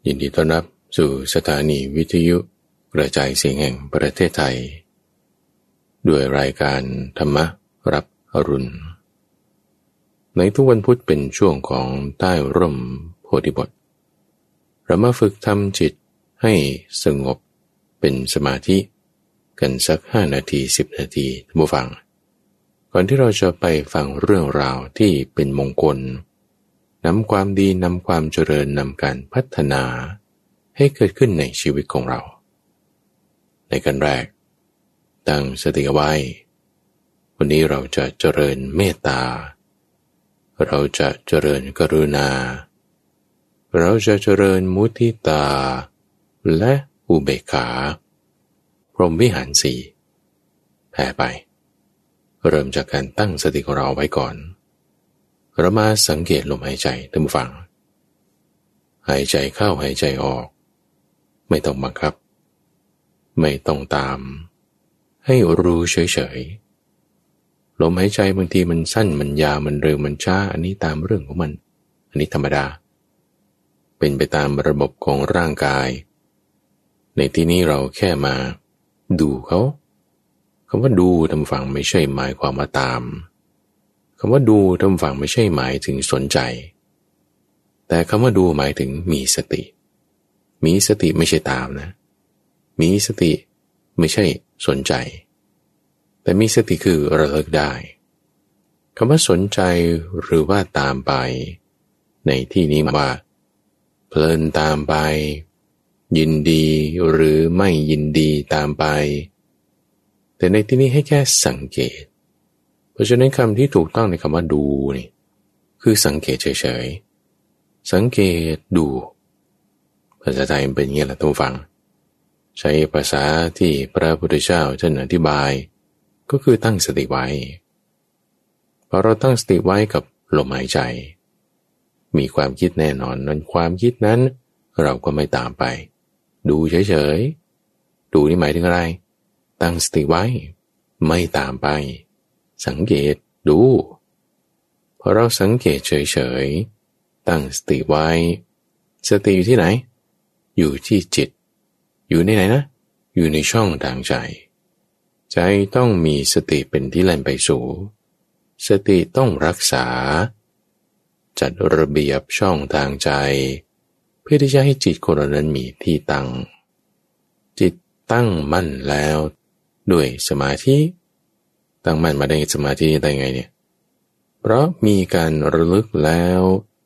ยินดีต้อนรับสู่สถานีวิทยุกระจายเสียงแห่งประเทศไทยด้วยรายการธรรมรับอรุณในทุกวันพุธเป็นช่วงของใต้ร่มโพธิบทเรามาฝึกทำจิตให้สงบเป็นสมาธิกันสัก5 นาที10 นาทีท่านผู้ฟังก่อนที่เราจะไปฟังเรื่องราวที่เป็นมงคลนำความดีนำความเจริญนำการพัฒนาให้เกิดขึ้นในชีวิตของเราในขั้นแรกตั้งสติไว้วันนี้เราจะเจริญเมตตาเราจะเจริญกรุณาเราจะเจริญมุทิตาและอุเบกขาพรหมวิหารสี่แผ่ไปเริ่มจากการตั้งสติของเราไว้ก่อนเรามาสังเกตลมหายใจท่านผู้ฟังหายใจเข้าหายใจออกไม่ต้องบังคับไม่ต้องตามให้รู้เฉยๆลมหายใจบางทีมันสั้นมันยาวมันเร็วมันช้าอันนี้ตามเรื่องของมันอันนี้ธรรมดาเป็นไปตามระบบของร่างกายในที่นี้เราแค่มาดูเขาคำว่าดูท่านผู้ฟังไม่ใช่หมายความว่าตามคำว่าดูท่านผู้ฟังไม่ใช่หมายถึงสนใจแต่คำว่าดูหมายถึงมีสติมีสติไม่ใช่ตามนะมีสติไม่ใช่สนใจแต่มีสติคือระลึกได้คำว่าสนใจหรือว่าตามไปในที่นี้ว่าเพลินตามไปยินดีหรือไม่ยินดีตามไปแต่ในที่นี้ให้แค่สังเกตเพราะฉะนั้นคำที่ถูกต้องในคำว่าดูนี่คือสังเกตเฉยๆสังเกตดูภาษาไทยเป็นอย่างนี้แหละท่านผู้ฟังใช้ภาษาที่พระพุทธเจ้าท่านอธิบายก็คือตั้งสติไว้พอเราตั้งสติไว้กับลมหายใจมีความคิดแน่นอนนั้นความคิดนั้นเราก็ไม่ตามไปดูเฉยๆดูนี่หมายถึงอะไรตั้งสติไว้ไม่ตามไปสังเกตดูพอเราสังเกตเฉยๆตั้งสติไว้สติอยู่ที่ไหนอยู่ที่จิตอยู่ในไหนนะอยู่ในช่องทางใจใจต้องมีสติเป็นที่แล่นไปสู่สติต้องรักษาจัดระเบียบช่องทางใจเพื่อที่จะให้จิตคนนั้นมีที่ตั้งจิตตั้งมั่นแล้วด้วยสมาธิตั้งมั่นมาได้สมาธิได้ไงเนี่ยเพราะมีการระลึกแล้ว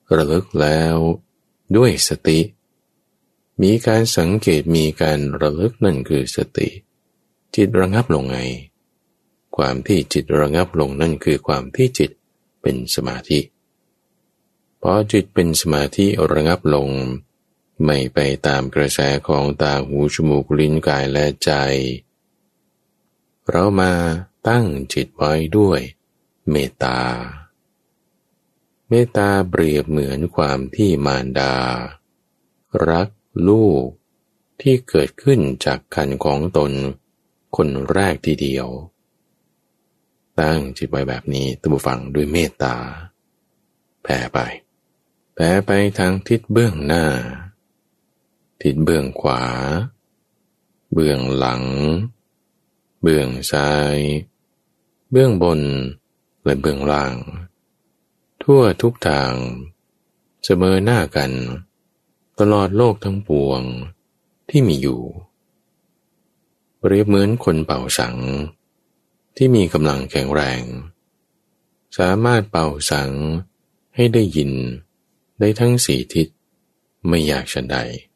ด้วยสติมีการสังเกตมีการระลึกนั่นคือสติจิตระงับลงไงความที่จิตระงับลงนั่นคือความที่จิตเป็นสมาธิพอจิตเป็นสมาธิระงับลงไม่ไปตามกระแสของตาหูจมูกลิ้นกายและใจเรามาตั้งจิตไว้ด้วยเมตตาเมตตาเปรียบเหมือนความที่มารดารักลูกที่เกิดขึ้นจากครรภ์ของตนคนแรกทีเดียวตั้งจิตไว้แบบนี้ท่านผู้ฟังด้วยเมตตาแผ่ไปทางทิศเบื้องหน้าทิศเบื้องขวาเบื้องหลังเบื้องซ้ายเบื้องบนและเบื้องล่างทั่วทุกทางเสมอหน้ากันตลอดโลกทั้งปวงที่มีอยู่เปรียบเหมือนคนเป่าสังที่มีกำลังแข็งแรงสามารถเป่าสังให้ได้ยินได้ทั้งสี่ทิศไม่ยากฉันใด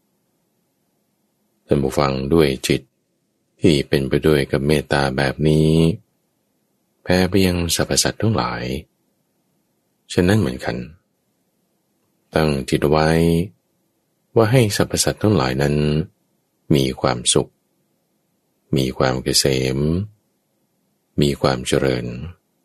ท่านผู้ฟังด้วยจิตที่เป็นไปด้วยกับเมตตาแบบนี้แผ่ไปยังสรรพสัตว์ทั้งหลายฉะนั้นเหมือนกันตั้งจิตไว้ว่าให้สรรพสัตว์ทั้งหลายนั้นมีความสุขมีความเกษมมีความเจริญ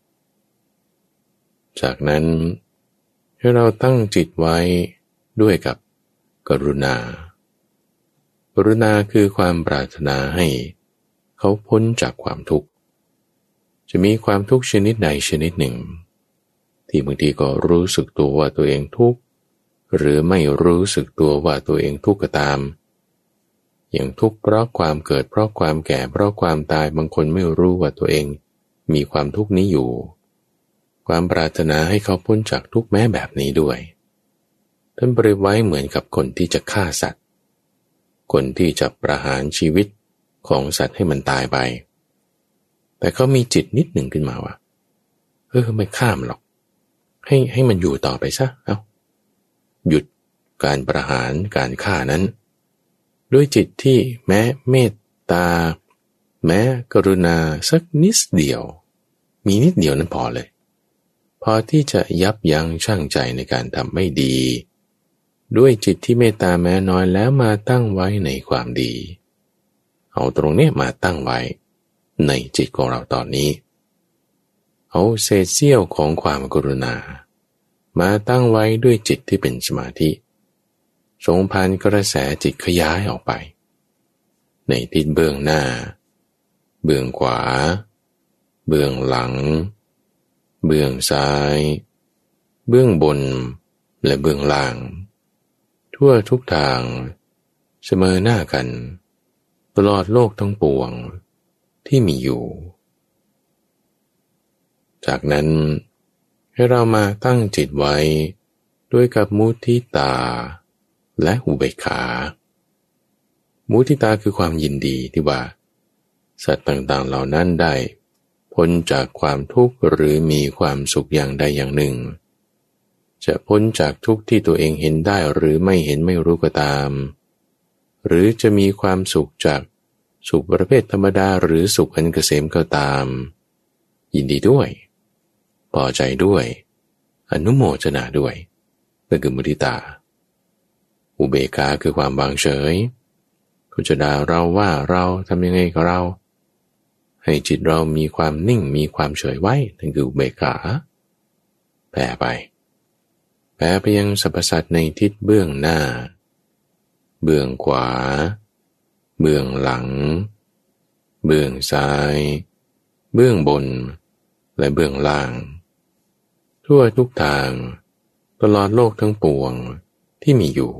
จากนั้นให้เราตั้งจิตไว้ด้วยกับกรุณากรุณาคือความปรารถนาให้เขาพ้นจากความทุกข์จะมีความทุกข์ชนิดใดชนิดหนึ่งที่บางทีก็รู้สึกตัวว่าตัวเองทุกข์หรือไม่รู้สึกตัวว่าตัวเองทุกข์ก็ตามอย่างทุกข์เพราะความเกิดเพราะความแก่เพราะความตายบางคนไม่รู้ว่าตัวเองมีความทุกข์นี้อยู่ความปรารถนาให้เขาพ้นจากทุกข์แม้แบบนี้ด้วยท่านเปรียบไว้เหมือนกับคนที่จะฆ่าสัตว์คนที่จะประหารชีวิตของสัตว์ให้มันตายไปแต่เขามีจิตนิดหนึ่งขึ้นมาว่าไม่ฆ่ามันหรอกให้มันอยู่ต่อไปซะหยุดการประหารการฆ่านั้นด้วยจิตที่แม้เมตตาแม้กรุณาสักนิดเดียวมีนิดเดียวนั้นพอเลยพอที่จะยับยั้งชั่งใจในการทำไม่ดีด้วยจิตที่เมตตาแม้น้อยแล้วมาตั้งไว้ในความดีเอาตรงนี้มาตั้งไว้ในจิตของเราตอนนี้เอาเศษเสี้ยวของความกรุณามาตั้งไว้ด้วยจิตที่เป็นสมาธิส่งผ่านกระแสจิตขยายออกไปในทิศเบื้องหน้าเบื้องขวาเบื้องหลังเบื้องซ้ายเบื้องบนและเบื้องล่างทั่วทุกทางเสมอหน้ากันตลอดโลกทั้งปวงที่มีอยู่จากนั้นให้เรามาตั้งจิตไว้ด้วยกับมุทิตาและอุเบกขามุทิตาคือความยินดีที่ว่าสัตว์ต่างๆเหล่านั้นได้พ้นจากความทุกข์หรือมีความสุขอย่างใดอย่างหนึ่งจะพ้นจากทุกข์ที่ตัวเองเห็นได้หรือไม่เห็นไม่รู้ก็ตามหรือจะมีความสุขจากสุขประเภทธรรมดาหรือสุขอันเกษมก็ตามยินดีด้วยพอใจด้วยอนุโมทนาด้วยนั่นคือมุทิตาอุเบกขาคือความวางเฉยเขาจะด่าเราว่าเราทำยังไงกับเราให้จิตเรามีความนิ่งมีความเฉยไว้นั่นคืออุเบกขาแผ่ไปยังสรรพสัตว์ในทิศเบื้องหน้าเบื้องขวาเบื้องหลังเบื้องซ้ายเบื้องบนและเบื้องล่างทั่วทุกทางตลอดโลกทั้งปวงที่มีอยู่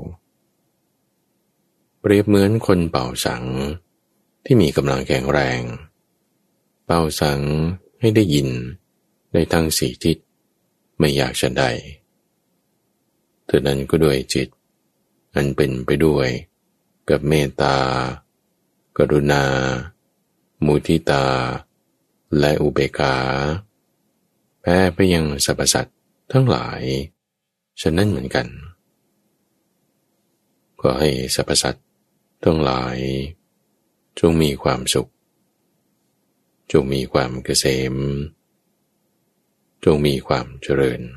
เปรียบเหมือนคนเป่าสังที่มีกำลังแข็งแรงเป่าสังให้ได้ยินได้ทั้งสี่ทิศไม่อยากจะได้เท่านั้นก็ด้วยจิตอันเป็นไปด้วยกับเมตตากรุณามุทิตาและอุเบกขาแผ่ไปยังสรรพสัตว์ทั้งหลายฉะนั้นเหมือนกันก็ให้สรรพสัตว์ทั้งหลายจงมีความสุขจงมีความเกษมจงมีความเจริญ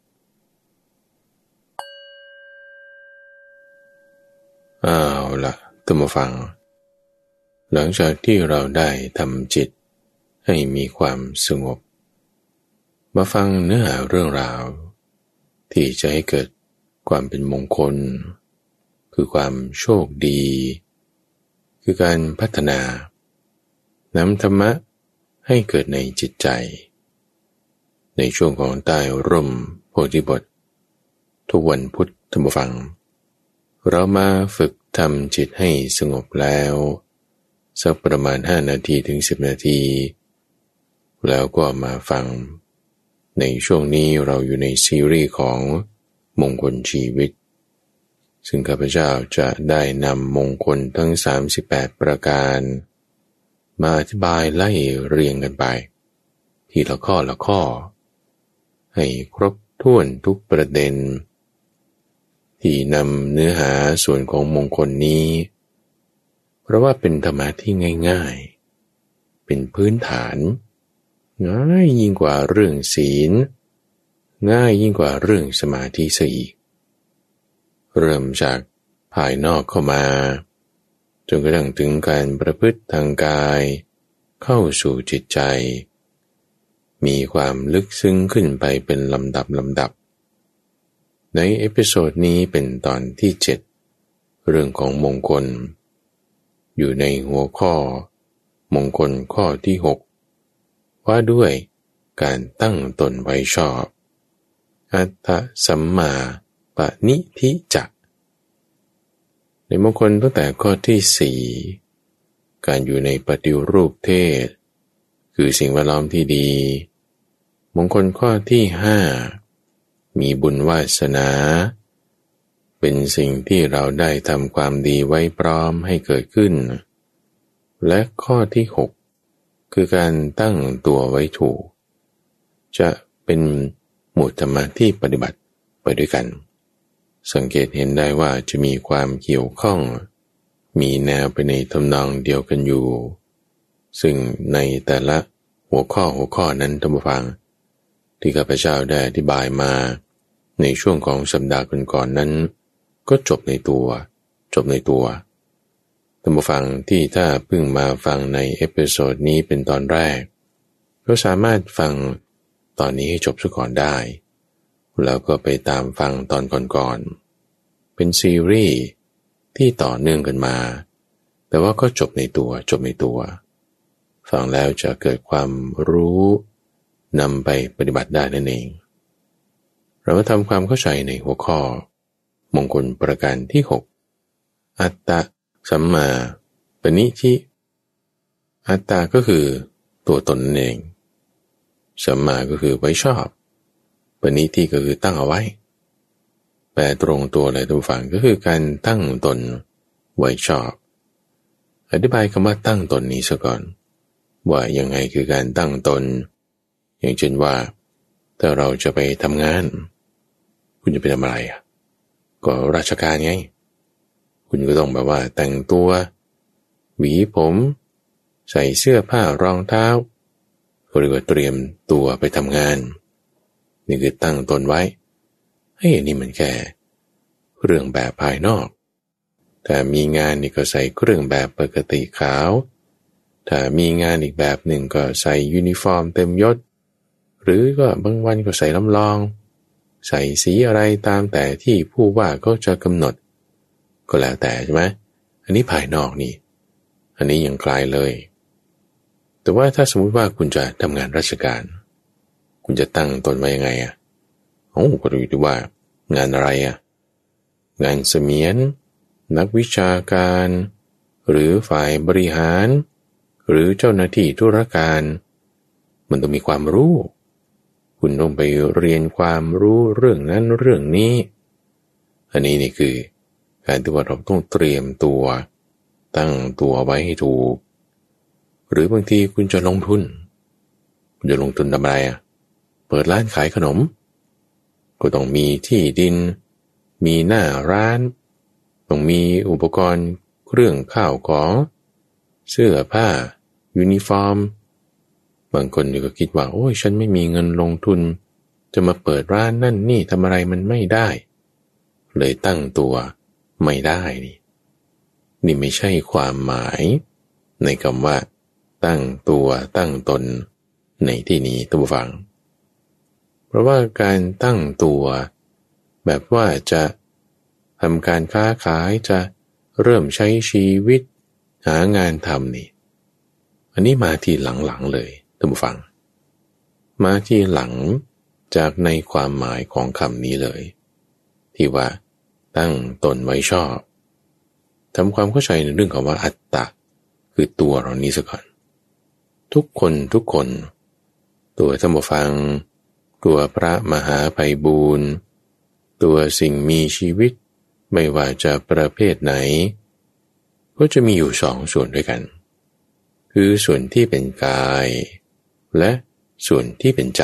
เอาล่ะท่านผู้ฟังหลังจากที่เราได้ทำจิตให้มีความสงบมาฟังเนื้อหาเรื่องราวที่จะให้เกิดความเป็นมงคลคือความโชคดีคือการพัฒนานำธรรมะให้เกิดในจิตใจในช่วงของใต้ร่มโพธิบททุกวันพุธท่านผู้ฟังเรามาฝึกทำจิตให้สงบแล้วสักประมาณ5 นาทีถึง10 นาทีแล้วก็มาฟังในช่วงนี้เราอยู่ในซีรีส์ของมงคลชีวิตซึ่งข้าพเจ้าจะได้นำมงคลทั้ง38ประการมาอธิบายไล่เรียงกันไปทีละข้อละข้อให้ครบถ้วนทุกประเด็นที่นำเนื้อหาส่วนของมงคลนี้เพราะว่าเป็นธรรมะที่ง่ายๆเป็นพื้นฐานง่ายยิ่งกว่าเรื่องศีลง่ายยิ่งกว่าเรื่องสมาธิซะอีกเริ่มจากภายนอกเข้ามาจนกระทั่งถึงการประพฤติทางกายเข้าสู่จิตใจมีความลึกซึ้งขึ้นไปเป็นลำดับในเอพิโซดนี้เป็นตอนที่7เรื่องของมงคลอยู่ในหัวข้อมงคลข้อที่6ว่าด้วยการตั้งตนไว้ชอบอัตตสัมมาปนิธิจะในมงคลตั้งแต่ข้อที่ 4การอยู่ในปฏิรูปเทศคือสิ่งแวดล้อมที่ดีมงคลข้อที่ 5มีบุญวาสนาเป็นสิ่งที่เราได้ทำความดีไว้พร้อมให้เกิดขึ้นและข้อที่ 6คือการตั้งตัวไว้ถูกจะเป็นหมู่ธรรมะที่ปฏิบัติไปด้วยกันสังเกตเห็นได้ว่าจะมีความเกี่ยวข้องมีแนวไปในทำนองเดียวกันอยู่ซึ่งในแต่ละหัวข้อนั้นท่านผู้ฟังที่ข้าพเจ้าได้อธิบายมาในช่วงของสัปดาห์ก่อนๆนั้นก็จบในตัวท่านผู้ฟังที่ถ้าเพิ่งมาฟังในเอพิโซดนี้เป็นตอนแรกก็สามารถฟังตอนนี้ให้จบซะก่อนได้แล้วก็ไปตามฟังตอนก่อนๆเป็นซีรีส์ที่ต่อเนื่องกันมาแต่ว่าก็จบในตัวฟังแล้วจะเกิดความรู้นำไปปฏิบัติได้นั่นเองเรามาทำความเข้าใจในหัวข้อมงคลประการที่ 6อัตตะสัมมาปณิธิอัตตาก็คือตัวตนนั่นเองสัมมาก็คือไว้ชอบปณิธิก็คือตั้งเอาไว้แปลตรงตัวเลยทุกฝั่งก็คือการตั้งตนไว้ชอบอธิบายคำว่าตั้งตนนี้ซะก่อนว่ายังไงคือการตั้งตนอย่างเช่นว่าถ้าเราจะไปทำงานคุณจะไปทำอะไรก็ราชการไงคุณก็ต้องแบบว่าแต่งตัวหวีผมใส่เสื้อผ้ารองเท้าหรือว่าเตรียมตัวไปทำงานนี่คือตั้งตนไว้ให้นี่มันแค่เรื่องแบบภายนอกถ้ามีงานนี่ก็ใส่เครื่องแบบปกติขาวถ้ามีงานอีกแบบหนึ่งก็ใส่ยูนิฟอร์มเต็มยศหรือก็บางวันก็ใส่ลำลองใส่สีอะไรตามแต่ที่ผู้ว่าเขาจะกำหนดก็แล้วแต่ใช่ไหมอันนี้ภายนอกนี่อันนี้ยังไกลเลยแต่ว่าถ้าสมมุติว่าคุณจะทำงานราชการคุณจะตั้งตนไว้ยังไงก็ดูที่ว่างานอะไรงานเสมียนนักวิชาการหรือฝ่ายบริหารหรือเจ้าหน้าที่ธุรการมันต้องมีความรู้คุณต้องไปเรียนความรู้เรื่องนั้นเรื่องนี้อันนี้นี่คือการที่ว่าเราต้องเตรียมตัวตั้งตัวไว้ให้ถูกหรือบางทีคุณจะลงทุนทำอะไรเปิดร้านขายขนมก็ต้องมีที่ดินมีหน้าร้านต้องมีอุปกรณ์เครื่องข้าวของเสื้อผ้ายูนิฟอร์มบางคนก็คิดว่าโอ้ยฉันไม่มีเงินลงทุนจะมาเปิดร้านนั่นนี่ทำอะไรมันไม่ได้เลยตั้งตัวไม่ได้นี่ไม่ใช่ความหมายในคำว่าตั้งตัวตั้งตนในที่นี้ท่านผู้ฟังเพราะว่าการตั้งตัวแบบว่าจะทำการค้าขายจะเริ่มใช้ชีวิตหางานทำนี่อันนี้มาทีหลังๆเลยท่านผู้ฟังมาทีหลังจากในความหมายของคำนี้เลยที่ว่าตั้งตนไว้ชอบทำความเข้าใจในเรื่องของว่าอัตตะคือตัวเรานี้ซะก่อนทุกคนตัวท่านผู้ฟังตัวพระมหาไพบูลย์ตัวสิ่งมีชีวิตไม่ว่าจะประเภทไหนก็จะมีอยู่2ส่วนด้วยกันคือส่วนที่เป็นกายและส่วนที่เป็นใจ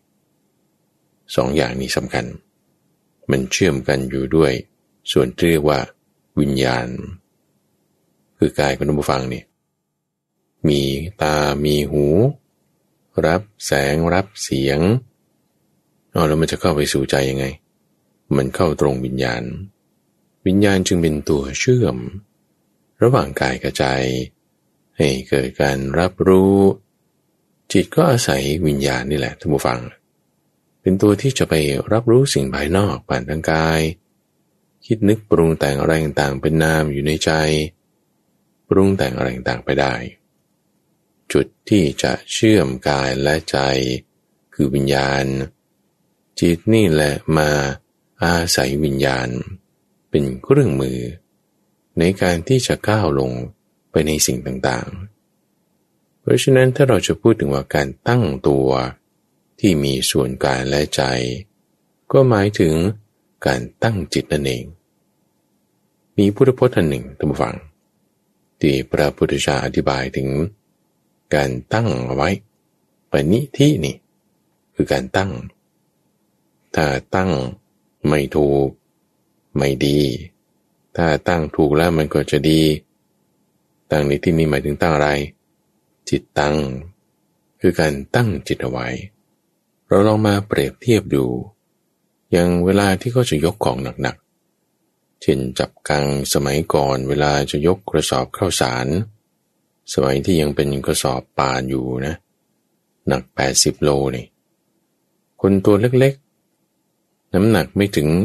2อย่างนี้สำคัญมันเชื่อมกันอยู่ด้วยส่วนที่เรียกว่าวิญญาณคือกายของท่านผู้ฟังนี่มีตามีหูรับแสงรับเสียงแล้วมันจะเข้าไปสู่ใจยังไงมันเข้าตรงวิญญาณจึงเป็นตัวเชื่อมระหว่างกายกับใจให้เกิดการรับรู้จิตก็อาศัยวิญญาณนี่แหละท่านผู้ฟังเป็นตัวที่จะไปรับรู้สิ่งภายนอกผ่านทางกายคิดนึกปรุงแต่งอะไรต่างๆเป็นนามอยู่ในใจปรุงแต่งอะไรต่างๆไปได้จุดที่จะเชื่อมกายและใจคือวิญญาณจิตนี่แหละมาอาศัยวิญญาณเป็นเครื่องมือในการที่จะก้าวลงไปในสิ่งต่างๆเพราะฉะนั้นถ้าเราจะพูดถึงว่าการตั้งตัวที่มีส่วนกายและใจก็หมายถึงการตั้งจิตนั่นเองมีพุทธพจน์อันหนึ่งท่านผู้ฟังที่พระพุทธเจ้าอธิบายถึงการตั้งเอาไว้ปณิธินี่คือการตั้งถ้าตั้งไม่ถูกไม่ดีถ้าตั้งถูกแล้วมันก็จะดีตั้งในที่นี้หมายถึงตั้งอะไรจิตตั้งคือการตั้งจิตเอาไว้เราลองมาเปรียบเทียบดูอย่างเวลาที่เขาจะยกของหนักๆเช่นจับกังสมัยก่อนเวลาจะยกกระสอบข้าวสารสมัยที่ยังเป็นกระสอบป่านอยู่นะหนัก80 โลนี่คนตัวเล็กๆน้ำหนักไม่ถึง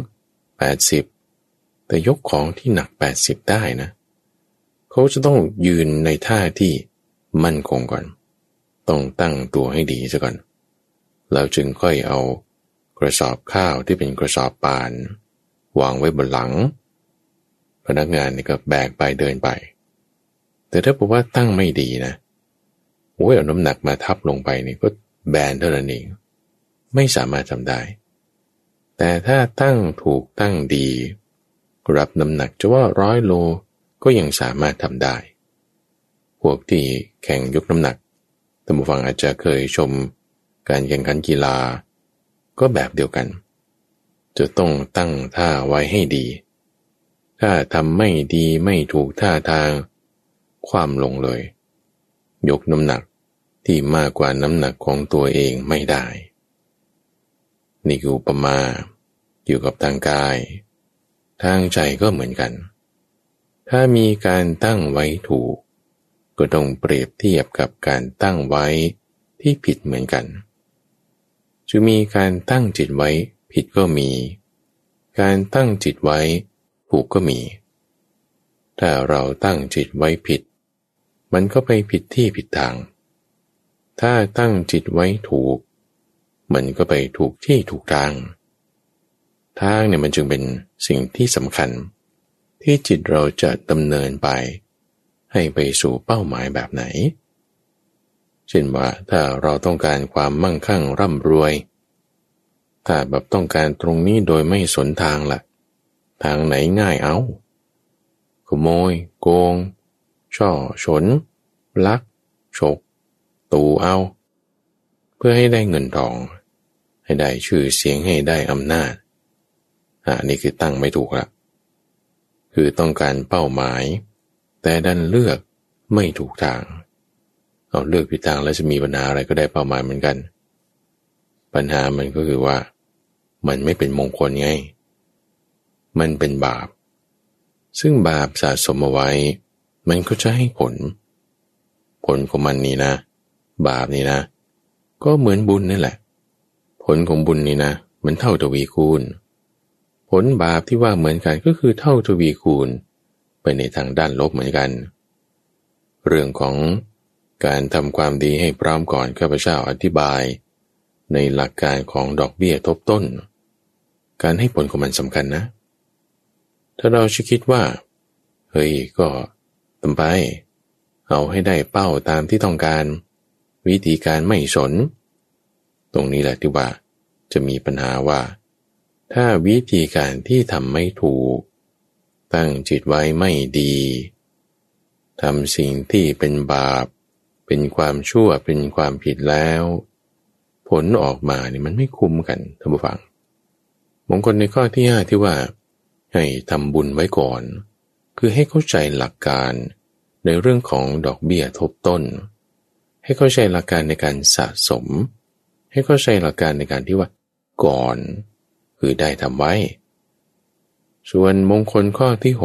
80แต่ยกของที่หนัก80ได้นะเขาจะต้องยืนในท่าที่มั่นคงก่อนต้องตั้งตัวให้ดีซะก่อนแล้วจึงค่อยเอากระสอบข้าวที่เป็นกระสอบป่านวางไว้บนหลังพนักงานนี่ก็แบกไปเดินไปแต่ถ้าบอกว่าตั้งไม่ดีนะโอ้ยเอาน้ำหนักมาทับลงไปนี่ก็แบนเท่านั้นเองไม่สามารถทำได้แต่ถ้าตั้งถูกตั้งดีรับน้ำหนักจะว่า100 โลก็ยังสามารถทำได้พวกที่แข่งยกน้ำหนักท่านผู้ฟังอาจจะเคยชมการแข่งขันกีฬาก็แบบเดียวกันจะต้องตั้งท่าไว้ให้ดีถ้าทำไม่ดีไม่ถูกท่าทางความลงเลยยกน้ำหนักที่มากกว่าน้ำหนักของตัวเองไม่ได้นี่คืออุปมาอยู่กับทางกายทางใจก็เหมือนกันถ้ามีการตั้งไว้ถูกก็ต้องเปรียบเทียบกับการตั้งไว้ที่ผิดเหมือนกันจะมีการตั้งจิตไว้ผิดก็มีการตั้งจิตไว้ถูกก็มีถ้าเราตั้งจิตไว้ผิดมันก็ไปผิดที่ผิดทางถ้าตั้งจิตไว้ถูกมันก็ไปถูกที่ถูกทางทางเนี่ยมันจึงเป็นสิ่งที่สำคัญที่จิตเราจะดำเนินไปให้ไปสู่เป้าหมายแบบไหนเช่นว่าถ้าเราต้องการความมั่งคั่งร่ำรวยถ้าแบบต้องการตรงนี้โดยไม่สนทางล่ะทางไหนง่ายเอาขโมยโกงช่อฉนลักฉกตู่เอาเพื่อให้ได้เงินทองให้ได้ชื่อเสียงให้ได้อำนาจนี่คือตั้งไม่ถูกละคือต้องการเป้าหมายแต่ดันเลือกไม่ถูกทางเอาเลือกผิดทางแล้วจะมีปัญหาอะไรก็ได้เป้าหมายเหมือนกันปัญหามันก็คือว่ามันไม่เป็นมงคลไงมันเป็นบาปซึ่งบาปสะสมเอาไว้มันก็จะให้ผลของมันนี่นะบาปนี่นะก็เหมือนบุญนั่นแหละผลของบุญนี่นะมันเท่าทวีคูณผลบาปที่ว่าเหมือนกันก็คือเท่าทวีคูณไปในทางด้านลบเหมือนกันเรื่องของการทำความดีให้พร้อมก่อนข้าพเจ้าอธิบายในหลักการของดอกเบี้ยทบต้นการให้ผลของมันสำคัญนะถ้าเราคิดว่าเฮ้ยก็ทำไปเอาให้ได้เป้าตามที่ต้องการวิธีการไม่สนตรงนี้แหละที่ว่าจะมีปัญหาว่าถ้าวิธีการที่ทำไม่ถูกตั้งจิตไว้ไม่ดีทำสิ่งที่เป็นบาปเป็นความชั่วเป็นความผิดแล้วผลออกมานี่มันไม่คุ้มกันท่านผู้ฟังมงคลในข้อที่5ที่ว่าให้ทำบุญไว้ก่อนคือให้เข้าใจหลักการในเรื่องของดอกเบี้ยทบต้นให้เข้าใจหลักการในการสะสมให้เข้าใจหลักการในการที่ว่าก่อนคือได้ทำไว้ส่วนมงคลข้อที่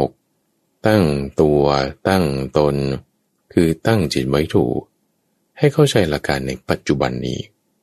6ตั้งตัวตั้งตนคือตั้งจิตไว้ถูกให้เข้าใจหลักการในปัจจุบันนี้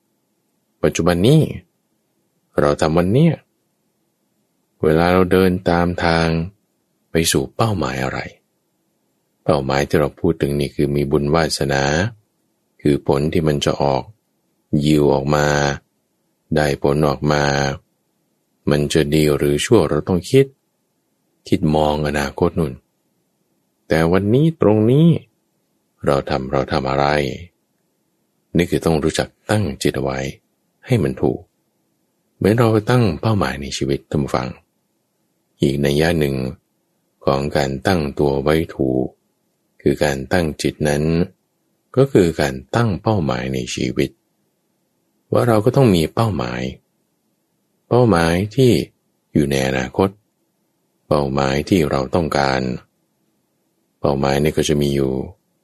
เราทำวันนี้เวลาเราเดินตามทางไปสู่เป้าหมายอะไรเป้าหมายที่เราพูดถึงนี่คือมีบุญวาสนาคือผลที่มันจะออกยิวออกมาได้ผลออกมามันจะดีหรือชั่วเราต้องคิดมองอนาคตนู่นแต่วันนี้ตรงนี้เราทำอะไรนี่คือต้องรู้จักตั้งจิตเอาไว้ให้มันถูกเหมือนเราตั้งเป้าหมายในชีวิตท่านผู้ฟังอีกนัยยะหนึ่งของการตั้งตัวไว้ถูกคือการตั้งจิตนั้นก็คือการตั้งเป้าหมายในชีวิตว่าเราก็ต้องมีเป้าหมายที่อยู่ในอนาคตเป้าหมายที่เราต้องการเป้าหมายนี่ก็จะมีอยู่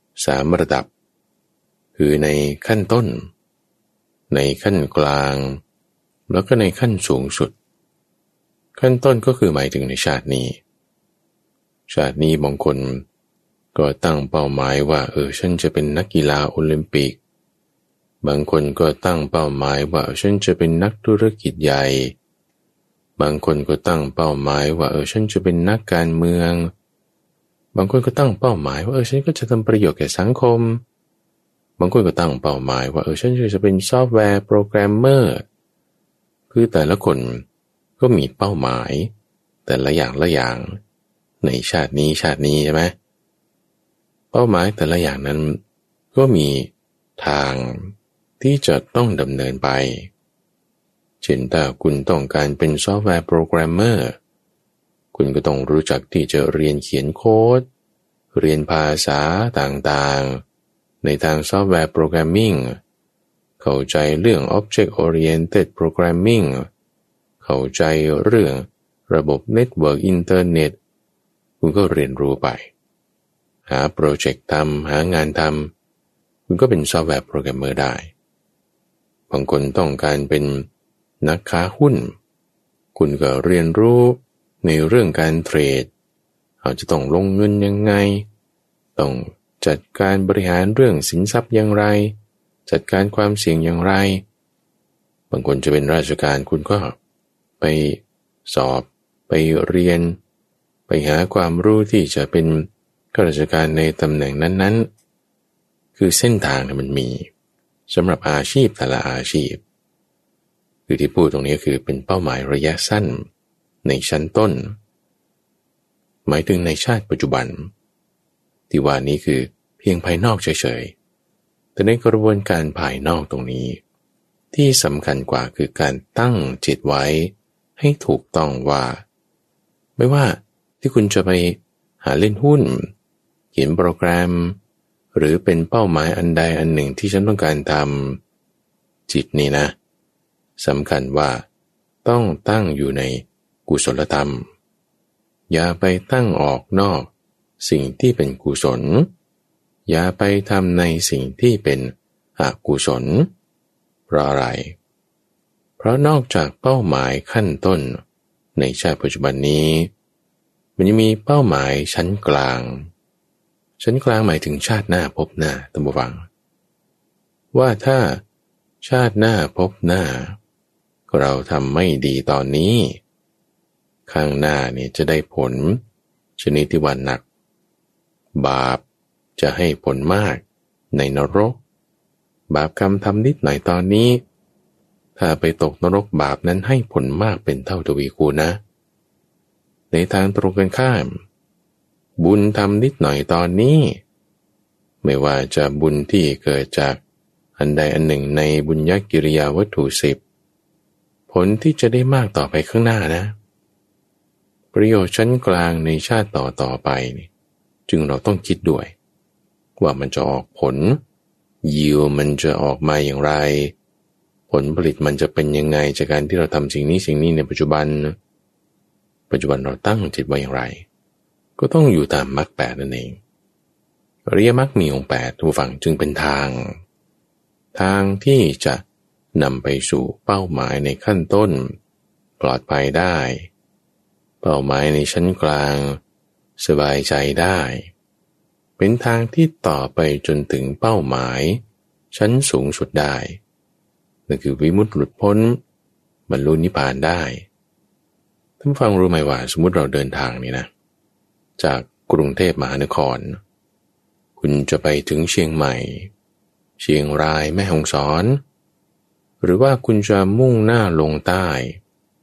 3ระดับคือในขั้นต้นในขั้นกลางแล้วก็ในขั้นสูงสุดขั้นต้นก็คือหมายถึงในชาตินี้บางคนก็ตั้งเป้าหมายว่าฉันจะเป็นนักกีฬาโอลิมปิกบางคนก็ตั้งเป้าหมายว่าฉันจะเป็นนักธุรกิจใหญ่บางคนก็ตั้งเป้าหมายว่าฉันจะเป็นนักการเมืองบางคนก็ตั้งเป้าหมายว่าฉันก็จะทำประโยชน์แก่สังคมบางคนก็ตั้งเป้าหมายว่าฉันจะเป็นซอฟต์แวร์โปรแกรมเมอร์คือแต่ละคนก็มีเป้าหมายแต่ละอย่างในชาตินี้ใช่ไหมเป้าหมายแต่ละอย่างนั้นก็มีทางที่จะต้องดำเนินไปเช่นถ้าคุณต้องการเป็นซอฟต์แวร์โปรแกรมเมอร์คุณก็ต้องรู้จักที่จะเรียนเขียนโค้ดเรียนภาษาต่างๆในทางซอฟต์แวร์โปรแกรมมิ่งเข้าใจเรื่อง Object Oriented Programming เข้าใจเรื่องระบบ Network Internet คุณก็เรียนรู้ไปหาโปรเจกต์ทำหางานทำคุณก็เป็นซอฟต์แวร์โปรแกรมเมอร์ได้บางคนต้องการเป็นนักค้าหุ้นคุณก็เรียนรู้ในเรื่องการเทรดเขาจะต้องลงเงินยังไงต้องจัดการบริหารเรื่องสินทรัพย์อย่างไรจัดการความเสี่ยงอย่างไรบางคนจะเป็นราชการคุณก็ไปสอบไปเรียนไปหาความรู้ที่จะเป็นข้าราชการในตำแหน่งนั้นๆคือเส้นทางมันมีสำหรับอาชีพแต่ละอาชีพคือที่พูดตรงนี้คือเป็นเป้าหมายระยะสั้นในชั้นต้นหมายถึงในชาติปัจจุบันที่ว่านี้คือเพียงภายนอกเฉยๆแต่ในกระบวนการภายนอกตรงนี้ที่สำคัญกว่าคือการตั้งจิตไว้ให้ถูกต้องว่าไม่ว่าที่คุณจะไปหาเล่นหุ้นเขียนโปรแกรมหรือเป็นเป้าหมายอันใดอันหนึ่งที่ฉันต้องการทำจิตนี่นะสำคัญว่าต้องตั้งอยู่ในกุศลธรรมอย่าไปตั้งออกนอกสิ่งที่เป็นกุศลอย่าไปทำในสิ่งที่เป็นอกุศลเพราะอะไรเพราะนอกจากเป้าหมายขั้นต้นในชาติปัจจุบันนี้มันยังมีเป้าหมายชั้นกลางหมายถึงชาติหน้าพบหน้าท่านผู้ฟังว่าถ้าชาติหน้าพบหน้าเราทำไม่ดีตอนนี้ข้างหน้าเนี่ยจะได้ผลชนิดที่ว่าหนักบาปจะให้ผลมากในนรกบาปกรรมทำนิดหน่อยตอนนี้ถ้าไปตกนรกบาปนั้นให้ผลมากเป็นเท่าทวีคูณนะในทางตรงกันข้ามบุญทำนิดหน่อยตอนนี้ไม่ว่าจะบุญที่เกิดจากอันใดอันหนึ่งในบุญญกิริยาวัตถุ10ผลที่จะได้มากต่อไปข้างหน้านะประโยชน์ชั้นกลางในชาติต่อไปนี่จึงเราต้องคิดด้วยว่ามันจะออกผลยิวมันจะออกมาอย่างไรผลผลิตมันจะเป็นยังไงจากการที่เราทำสิ่งนี้ในปัจจุบันเราตั้งจิตไว้อย่างไรก็ต้องอยู่ตามมรรค8นั่นเองอริยมรรคมีองค์8ผู้ฟังจึงเป็นทางที่จะนำไปสู่เป้าหมายในขั้นต้นปลอดภัยได้เป้าหมายในชั้นกลางสบายใจได้เป็นทางที่ต่อไปจนถึงเป้าหมายชั้นสูงสุดได้นั่นคือวิมุตติหลุดพ้นบรรลุนิพพานได้ท่านฟังรู้ไหมว่าสมมุติเราเดินทางนี่นะจากกรุงเทพมหานครคุณจะไปถึงเชียงใหม่เชียงรายแม่ฮ่องสอนหรือว่าคุณจะมุ่งหน้าลงใต้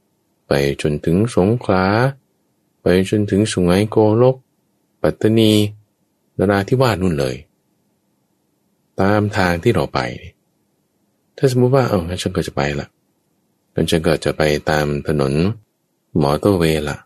ไปจนถึงสงขลาไปจนถึงสุไหงโกลกปัตตานีนราธิวาสนู่นเลยตามทางที่เราไปถ้าสมมติว่างั้นฉันก็จะไปละงั้นฉันก็จะไปตามถนนมอเตอร์เวย์ละ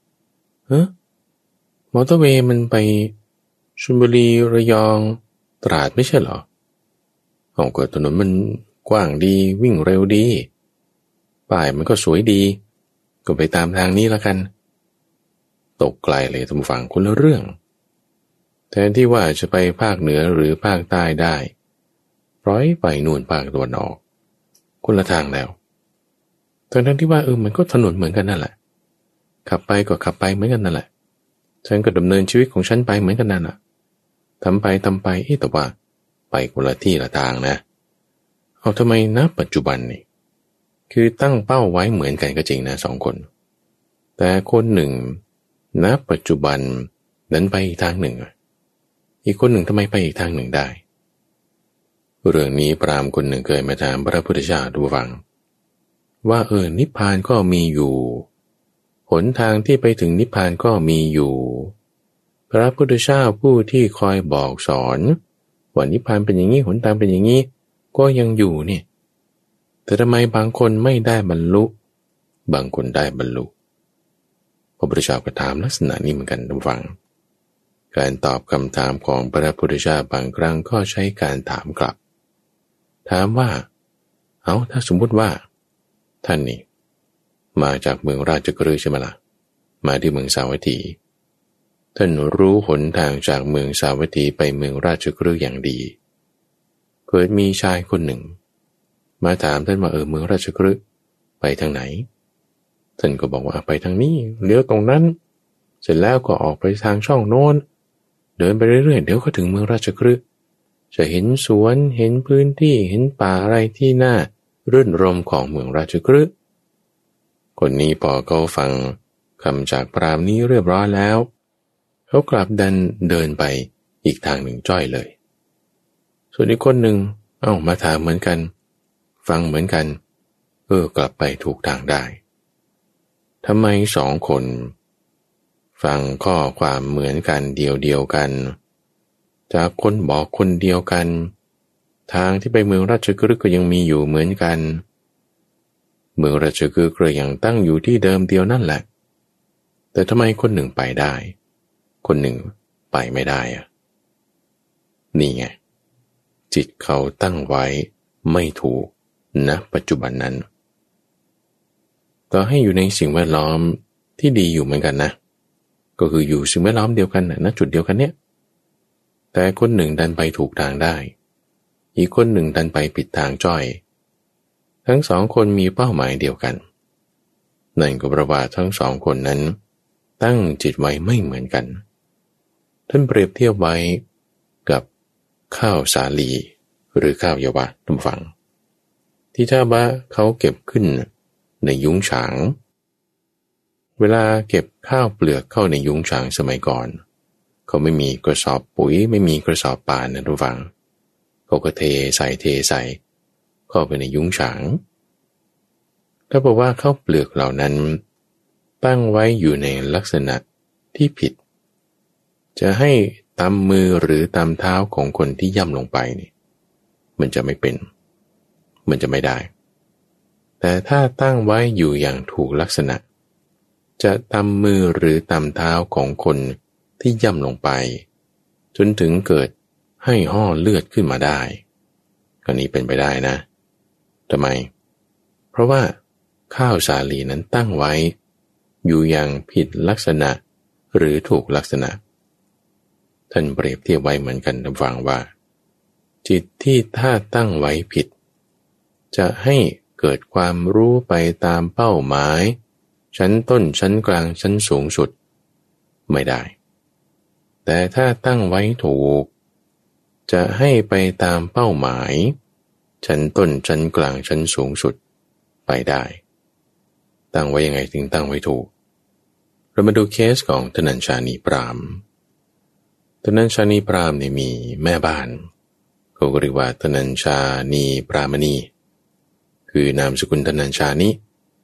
มอเตอร์เวย์มันไปชลบุรีระยองตราดไม่ใช่เหรอก็ถนนมันกว้างดีวิ่งเร็วดีป้ายมันก็สวยดีก็ไปตามทางนี้ละกันตกไกลเลยท่านผู้ฟังคนละเรื่องแทนที่ว่าจะไปภาคเหนือหรือภาคใต้ได้ปล่อยไปนู่นภาคตะวันออกคนละทางแล้วทั้งที่ว่ามันก็ถนนเหมือนกันนั่นแหละขับไปก็ขับไปเหมือนกันนั่นแหละฉันก็ดำเนินชีวิตของฉันไปเหมือนกันนั่นแหละทำไปแต่ว่าไปคนละที่ละทางนะทำไมณปัจจุบันนี่คือตั้งเป้าไว้เหมือนกันก็จริงนะ2 คนแต่คนหนึ่งณปัจจุบันนั้นไปอีกทางหนึ่งอีกคนหนึ่งทำไมไปอีกทางหนึ่งได้เรื่องนี้พราหมณ์คนหนึ่งเคยมาถามพระพุทธเจ้าดูฟังว่านิพพานก็มีอยู่หนทางที่ไปถึงนิพพานก็มีอยู่พระพุทธเจ้าผู้ที่คอยบอกสอนว่านิพพานเป็นอย่างนี้หนทางเป็นอย่างนี้ก็ยังอยู่นี่แต่ทำไมบางคนไม่ได้บรรลุบางคนได้บรรลุพระพุทธเจ้าก็ถามลักษณะนี้เหมือนกันท่านฟังการตอบคำถามของพระพุทธเจ้าบางครั้งก็ใช้การถามกลับถามว่าถ้าสมมุติว่าท่านนี่มาจากเมืองราชกฤห์ใช่ไหมล่ะมาที่เมืองสาวัตถีท่านรู้หนทางจากเมืองสาวัตถีไปเมืองราชกฤห์อย่างดีเกิดมีชายคนหนึ่งมาถามท่านว่าเมืองราชกฤห์ไปทางไหนท่านก็บอกว่าไปทางนี้เลี้ยวตรงนั้นเสร็จแล้วก็ออกไปทางช่องโน้นเดินไปเรื่อยๆเดี๋ยวก็ถึงเมืองราชกฤห์จะเห็นสวนเห็นพื้นที่เห็นป่าอะไรที่น่ารื่นรมของเมืองราชกฤห์คนนี้พอเขาฟังคำจากพราหมณ์นี้เรียบร้อยแล้วเขากลับดันเดินไปอีกทางหนึ่งจ้อยเลยส่วนอีกคนหนึ่งมาถามเหมือนกันฟังเหมือนกันกลับไปถูกทางได้ทำไม2 คนฟังข้อความเหมือนกันเดียวกันจากคนบอกคนเดียวกันทางที่ไปเมืองราชกฤห์ก็ยังมีอยู่เหมือนกันเมืองราชกฤห์ก็ยังตั้งอยู่ที่เดิมเดียวนั่นแหละแต่ทำไมคนหนึ่งไปได้คนหนึ่งไปไม่ได้นี่ไงจิตเขาตั้งไว้ไม่ถูกณปัจจุบันนั้นต่อให้อยู่ในสิ่งแวดล้อมที่ดีอยู่เหมือนกันนะก็คืออยู่สิ่งแวดล้อมเดียวกันณจุดเดียวกันเนี่ยแต่คนหนึ่งดันไปถูกทางได้อีกคนหนึ่งดันไปผิดทางจ้อยทั้ง2 คนมีเป้าหมายเดียวกันนั่นก็เพราะว่าทั้ง2 คนนั้นตั้งจิตไว้ไม่เหมือนกันท่านเปรียบเทียบไว้กับข้าวสาลีหรือข้าวเยาวะท่านฟังที่ถ้าว่าเขาเก็บขึ้นในยุ้งฉางเวลาเก็บข้าวเปลือกเข้าในยุ้งฉางสมัยก่อนเขาไม่มีกระสอบปุ๋ยไม่มีกระสอบป่านนะท่านฟังเขาก็เทใส่เข้าไปในยุ้งฉางถ้าบอกว่าข้าวเปลือกเหล่านั้นตั้งไว้อยู่ในลักษณะที่ผิดจะให้ตำมือหรือตำเท้าของคนที่ย่ำลงไปนี่มันจะไม่เป็นมันจะไม่ได้แต่ถ้าตั้งไว้อยู่อย่างถูกลักษณะจะตำมือหรือตำเท้าของคนที่ย่ำลงไปจนถึงเกิดให้ห่อเลือดขึ้นมาได้ก็นี้เป็นไปได้นะทำไมเพราะว่าข้าวสาลีนั้นตั้งไว้อยู่อย่างผิดลักษณะหรือถูกลักษณะท่านเปรียบเทียบไว้เหมือนกันท่านฟังว่าจิตที่ถ้าตั้งไว้ผิดจะให้เกิดความรู้ไปตามเป้าหมายชั้นต้นชั้นกลางชั้นสูงสุดไม่ได้แต่ถ้าตั้งไว้ถูกจะให้ไปตามเป้าหมายชั้นต้นชั้นกลางชั้นสูงสุดไปได้ตั้งไว้ยังไงถึงตั้งไว้ถูกเรามาดูเคสของธนัญชานีพราหมณ์ธนัญชานีพราหมณ์เนี่ยมีแม่บ้านเขาเรียกว่าธนัญชานีพรามณีคือนามสกุลธนัญชานี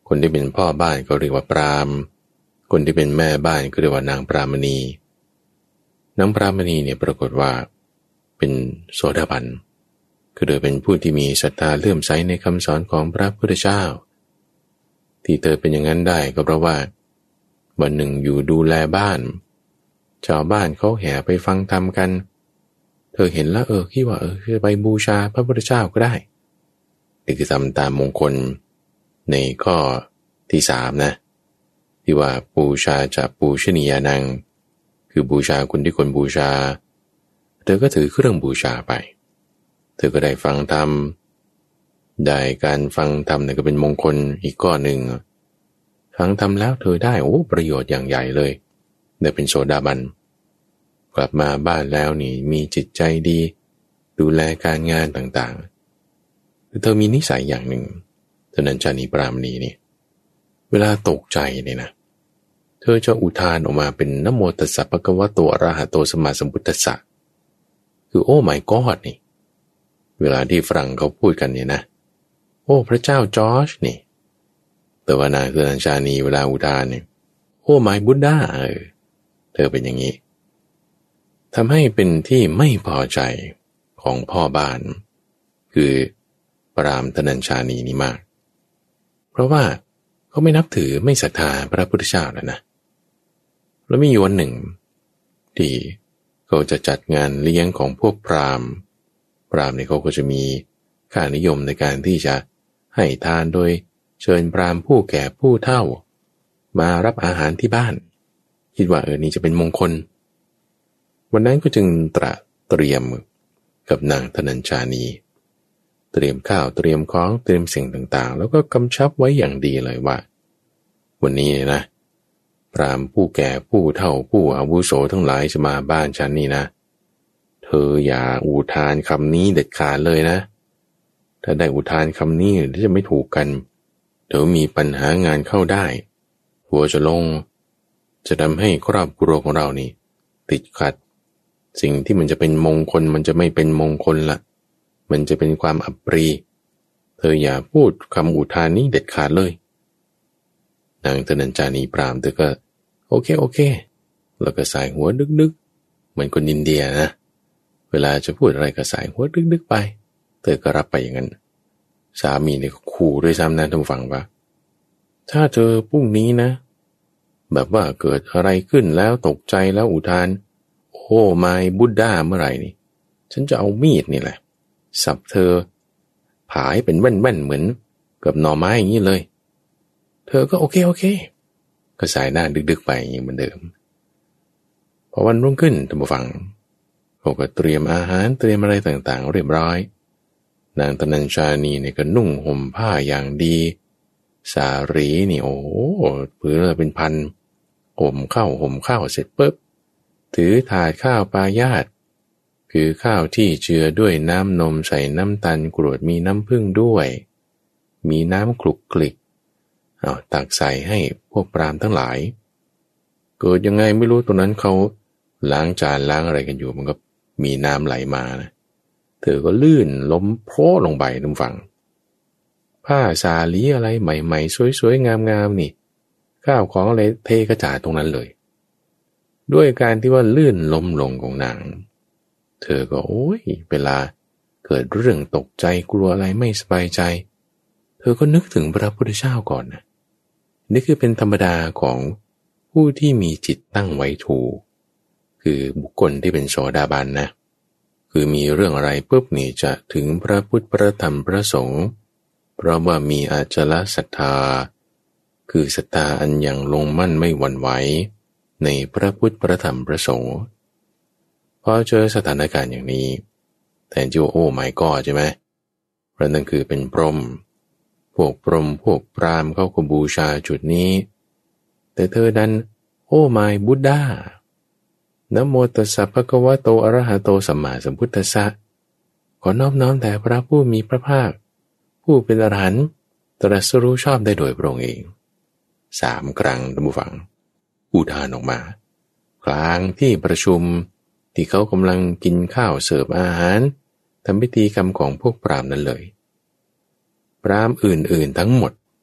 คนที่เป็นพ่อบ้านก็เรียกว่าปรามคนที่เป็นแม่บ้านก็เรียกว่านางปรามณีนางปรามณีเนี่ยปรากฏว่าเป็นโสดาบันคือเธอเป็นผู้ที่มีศรัทธาเลื่อมใสในคำสอนของพระพุทธเจ้าที่เธอเป็นอย่างนั้นได้ก็เพราะว่าวันหนึ่งอยู่ดูแลบ้านชาวบ้านเขาแห่ไปฟังธรรมกันเธอเห็นแล้วคิดว่าจะไปบูชาพระพุทธเจ้าก็ได้นี่คือทำตามมงคลในข้อที่3นะที่ว่าบูชาจะปูชนียานังคือบูชาคุณที่ควรบูชาเธอก็ถือเครื่องบูชาไปเธอก็ได้ฟังธรรมได้การฟังธรรมเนี่ยก็เป็นมงคลอีกข้อหนึ่งฟังธรรมแล้วเธอได้ประโยชน์อย่างใหญ่เลยได้เป็นโสดาบันกลับมาบ้านแล้วนี่มีจิตใจดีดูแลการงานต่างๆเธอมีนิสัยอย่างหนึ่งเท่านั้นจานีปรามณีนี่เวลาตกใจเนี่ยนะเธอจะอุทานออกมาเป็นนะโมตัสสะภะคะวะโตอะระหะโตสัมมาสัมพุทธัสสะคือโอ้ my god นี่เวลาที่ฝรั่งเขาพูดกันเนี่ยนะโอ้พระเจ้าจอร์จนี่แต่ว่านางสุนันชานีเวลาอุทานเนี่ยโอ้ my Buddha เธอเป็นอย่างนี้ทำให้เป็นที่ไม่พอใจของพ่อบ้านคือปรามธนัญชานีนี่มากเพราะว่าเขาไม่นับถือไม่ศรัทธาพระพุทธเจ้าแล้วนะแล้วมีวันหนึ่งที่เขาจะจัดงานเลี้ยงของพวกพราหมณ์เนี่ยเขาก็จะมีค่านิยมในการที่จะให้ทานโดยเชิญพราหมณ์ผู้แก่ผู้เฒ่ามารับอาหารที่บ้านคิดว่านี่จะเป็นมงคลวันนั้นก็จึงเตรียมกับนางธนัญชานีเตรียมข้าวเตรียมของเตรียมสิ่งต่างๆแล้วก็กำชับไว้อย่างดีเลยว่าวันนี้นะพราหมณ์ผู้แก่ผู้เฒ่าผู้อาวุโสทั้งหลายจะมาบ้านฉันนี่นะเธออย่าอุทานคำนี้เด็ดขาดเลยนะถ้าได้อุทานคำนี้จะไม่ถูกกันเดี๋ยวมีปัญหางานเข้าได้หัวจะลงจะทำให้ครอบครัวของเรานี่ติดขัดสิ่งที่มันจะเป็นมงคลมันจะไม่เป็นมงคลละมันจะเป็นความอับปรีเธออย่าพูดคำอุทานนี้เด็ดขาดเลยนางธนัญชานีปรามเธอก็โอเคแล้วก็สายหัวดึกๆเหมือนคนอินเดียนะเวลาจะพูดอะไรก็สายหัวดึกๆไปเธอก็รับไปอย่างนั้นสามีเนี่ยขู่ด้วยซ้ำนะท่านฟังว่าถ้าเธอพรุ่งนี้นะแบบว่าเกิดอะไรขึ้นแล้วตกใจแล้วอุทานโอ้ my Buddha เมื่อไหร่นี่ฉันจะเอามีดนี่แหละสับเธอผายเป็นแว่นๆเหมือนกับหน่อไม้อย่างนี้เลยเธอก็โอเคก็สายหน้าดึกๆไปอย่างเหมือนเดิมพอวันรุ่งขึ้นท่านผู้ฟังเขาก็เตรียมอาหารเตรียมอะไรต่างๆเรียบร้อยนางธนัญชานีเนี่ยก็นุ่งห่มผ้าอย่างดีสารีนี่โอ้ผืนละเป็นพันห่มข้าวเสร็จปุ๊บถือถาดข้าวปายาตคือข้าวที่เจือด้วยน้ำนมใส่น้ำตาลกรวดมีน้ำผึ้งด้วยมีน้ำคลุกคลิกตักใส่ให้พวกปรามทั้งหลายเกิดยังไงไม่รู้ตรงนั้นเขาล้างจานล้างอะไรกันอยู่มันก็มีน้ำไหลมานะเธอก็ลื่นล้มโพร่ลงไปทุกฝั่งผ้าสาลีอะไรใหม่ๆสวยๆงามๆนี่ข้าวของอะไรเทกระจาดตรงนั้นเลยด้วยการที่ว่าลื่นล้มลงของนางเธอก็เวลาเกิดเรื่องตกใจกลัวอะไรไม่สบายใจเธอก็นึกถึงพระพุทธเจ้าก่อนนะนี่คือเป็นธรรมดาของผู้ที่มีจิตตั้งไว้ถูกคือบุคคลที่เป็นโสดาบันนะคือมีเรื่องอะไรปุ๊บนี่จะถึงพระพุทธพระธรรมพระสงฆ์เพราะว่ามีอาจละศรัทธาคือศรัทธาอันยังลงมั่นไม่หวั่นไหวในพระพุทธพระธรรมพระสงฆ์พอเจอสถานการณ์อย่างนี้แทนที่ว่าโอ้ my god ใช่ไหมเพราะนั่นคือเป็นพรหมพวกพราหมณ์เขาก็บูชาจุดนี้แต่เธอดันโอ้ my Buddha นะโมตัสสะภะคะวะโตอะระหะโตสัมมาสัมพุทธัสสะขอนอบน้อมแต่พระผู้มีพระภาคผู้เป็นอรหันต์ตรัสรู้ชอบได้โดยพระองค์เอง3 ครั้งท่านผู้ฟังอุทานออกมากลางที่ประชุมที่เขากำลังกินข้าวเสิร์ฟอาหารทำพิธีกรรมของพวกพราหมณ์นั้นเลยพราหมณ์อื่นๆทั้งหมด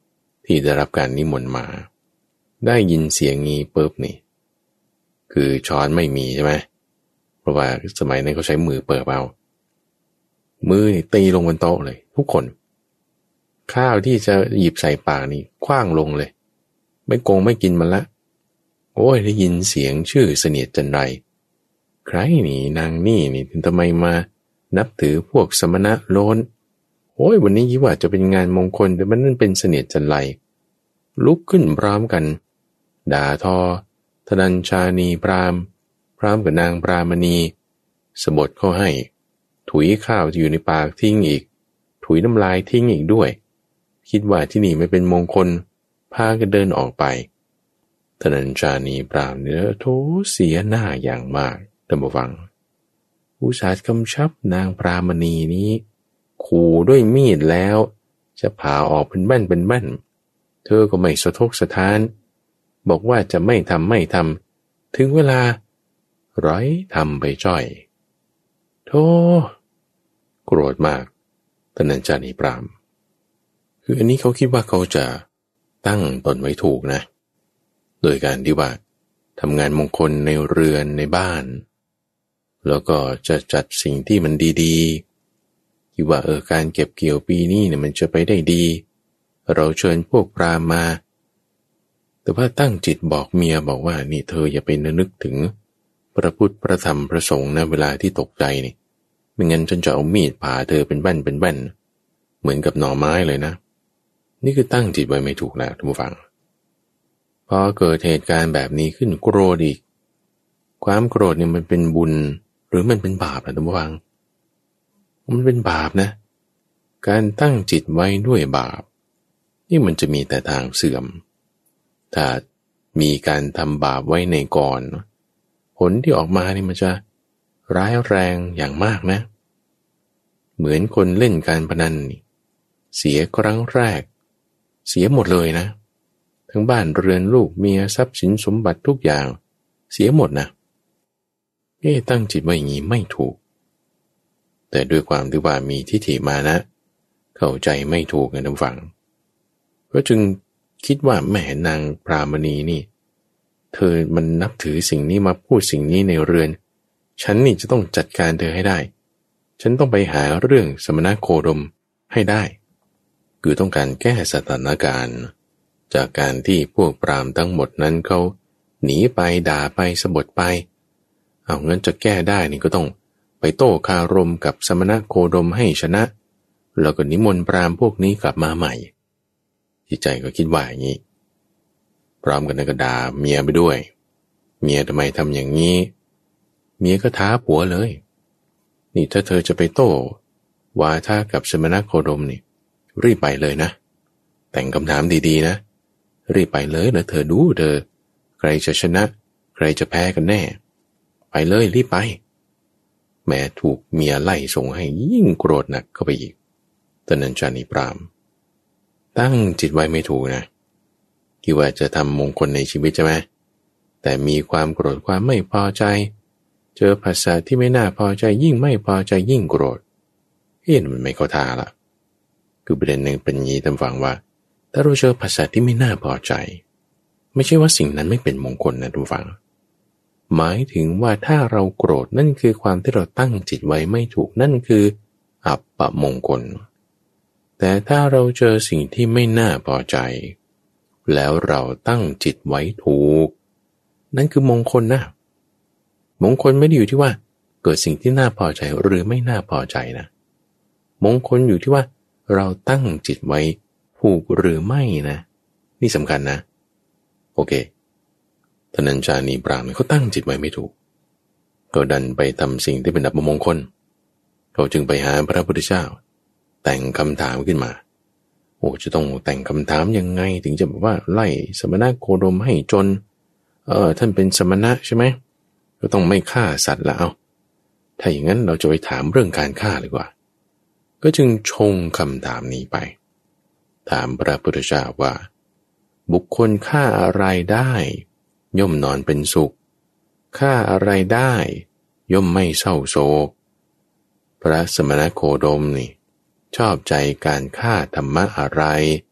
ที่ได้รับการนิมนต์มาได้ยินเสียงงี้ปุ๊บนี่คือช้อนไม่มีใช่ไหมเพราะว่าสมัยนั้นเขาใช้มือเปิบเอามือนี่ตีลงบนโต๊ะเลยทุกคนข้าวที่จะหยิบใส่ปากนี่คว้างลงเลยไม่กินมันละโอ้ยได้ยินเสียงชื่อเสนียดจันไรใครนี่นางนี่ถึงทำไมมานับถือพวกสมณะโลนโอ้ยวันนี้คิดว่าจะเป็นงานมงคลแต่มันนั่นเป็นเสนียดจันไรลุกขึ้นพร้อมกันด่าทอธนัญชานีพราหมณ์พร้อมกับนางปรามณีสบถเขาให้ถุยข้าวที่อยู่ในปากทิ้งอีกถุยน้ำลายทิ้งอีกด้วยคิดว่าที่นี่ไม่เป็นมงคลพากันเดินออกไปธนัญชานีพราหมณ์เนี่ยโถเสียหน้าอย่างมากท่านผู้ฟังอุตส่าห์กำชับนางปรามณีนี้ขู่ด้วยมีดแล้วจะผ่าออกเป็นแว่นเธอก็ไม่สะทกสะท้านบอกว่าจะไม่ทำถึงเวลาร้อยทำไปจ้อยโธ่โกรธมากธนัญชานีพราหมณ์คืออันนี้เขาคิดว่าเขาจะตั้งตนไว้ถูกนะโดยการที่ว่าทำงานมงคลในเรือนในบ้านแล้วก็จะจัดสิ่งที่มันดีๆคิดว่าการเก็บเกี่ยวปีนี้เนี่ยมันจะไปได้ดีเราเชิญพวกพราหมณ์มาแต่ว่าตั้งจิตบอกเมียบอกว่านี่เธออย่าไปนึกถึงพระพุทธพระธรรมพระสงฆ์นะเวลาที่ตกใจนี่ไม่งั้นฉันจะเอามีดผ่าเธอเป็นแว่นเหมือนกับหน่อไม้เลยนะนี่คือตั้งจิตไว้ไม่ถูกแล้วท่านผู้ฟังพอเกิดเหตุการณ์แบบนี้ขึ้นโกรธอีกความโกรธเนี่ยมันเป็นบุญหรือมันเป็นบาปนะท่านผู้ฟังมันเป็นบาปนะการตั้งจิตไว้ด้วยบาปนี่มันจะมีแต่ทางเสื่อมถ้ามีการทำบาปไว้ในก่อนผลที่ออกมานี่มันจะร้ายแรงอย่างมากนะเหมือนคนเล่นการพนันนี่เสียครั้งแรกเสียหมดเลยนะทั้งบ้านเรือนลูกเมียทรัพย์สินสมบัติทุกอย่างเสียหมดนะตั้งจิตไว้อย่างนี้ไม่ถูกแต่ด้วยความที่ว่ามีทิฏฐิมานะเข้าใจไม่ถูกนะท่านฟังก็จึงคิดว่าแม่นางปรามณีนี่เธอมันนับถือสิ่งนี้มาพูดสิ่งนี้ในเรือนฉันนี่จะต้องจัดการเธอให้ได้ฉันต้องไปหาเรื่องสมณโคดมให้ได้คือต้องการแก้สถานการณ์จากการที่พวกปราหมณ์ทั้งหมดนั้นเขาหนีไปด่าไปสบถไปเอางั้นจะแก้ได้นี่ก็ต้องไปโต้คารมกับสมณโคดมให้ชนะแล้วก็นิมนต์ปราหมณ์พวกนี้กลับมาใหม่จิตใจก็คิดว่าอย่างนี้พร้อมกันก็ด่าเมียไปด้วยเมียทำไมทำอย่างนี้เมียก็ท้าผัวเลยนี่ถ้าเธอจะไปโต้วาทะกับสมณโคดมนี่รีบไปเลยนะแต่งคำถามดีๆนะรีบไปเลยแล้วเธอดูใครจะชนะใครจะแพ้กันแน่ไปเลยรีบไปแม้ถูกเมียไล่ส่งให้ยิ่งโกรธหนักเข้าไปอีกธนัญชานีพราหมณ์ตั้งจิตไว้ไม่ถูกนะคิดว่าจะทำมงคลในชีวิตใช่ไหมแต่มีความโกรธความไม่พอใจเจอภาษาที่ไม่น่าพอใจยิ่งไม่พอใจยิ่งโกรธมันไม่เข้าท่าละคือประเด็นหนึ่งเป็นอย่างนี้ท่านฟังว่าถ้าเราเจอภาษาที่ไม่น่าพอใจไม่ใช่ว่าสิ่งนั้นไม่เป็นมงคลนะท่านฟังหมายถึงว่าถ้าเราโกรธนั่นคือความที่เราตั้งจิตไว้ไม่ถูกนั่นคืออัปปมงคลแต่ถ้าเราเจอสิ่งที่ไม่น่าพอใจแล้วเราตั้งจิตไว้ถูกนั่นคือมงคลนะมงคลไม่ได้อยู่ที่ว่าเกิดสิ่งที่น่าพอใจหรือไม่น่าพอใจนะมงคลอยู่ที่ว่าเราตั้งจิตไว้ถูกหรือไม่นะนี่สำคัญนะโอเคธนัญชานีพราหมณ์เขาตั้งจิตไว้ไม่ถูกก็ดันไปทำสิ่งที่เป็นอัปมงคลเขาจึงไปหาพระพุทธเจ้าแต่งคำถามขึ้นมาจะต้องแต่งคำถามยังไงถึงจะบอกว่าไล่สมณโคดมให้จนท่านเป็นสมณะใช่ไหมก็ต้องไม่ฆ่าสัตว์แล้วถ้าอย่างนั้นเราจะไปถามเรื่องการฆ่าดีกว่าก็จึงชงคำถามนี้ไปถามพระพุทธเจ้าว่าบุคคลฆ่าอะไรได้ย่อมนอนเป็นสุขฆ่าอะไรได้ย่อมไม่เศร้าโศกพระสมณโคดมนี่ชอบใจการฆ่าธรรมะอะไร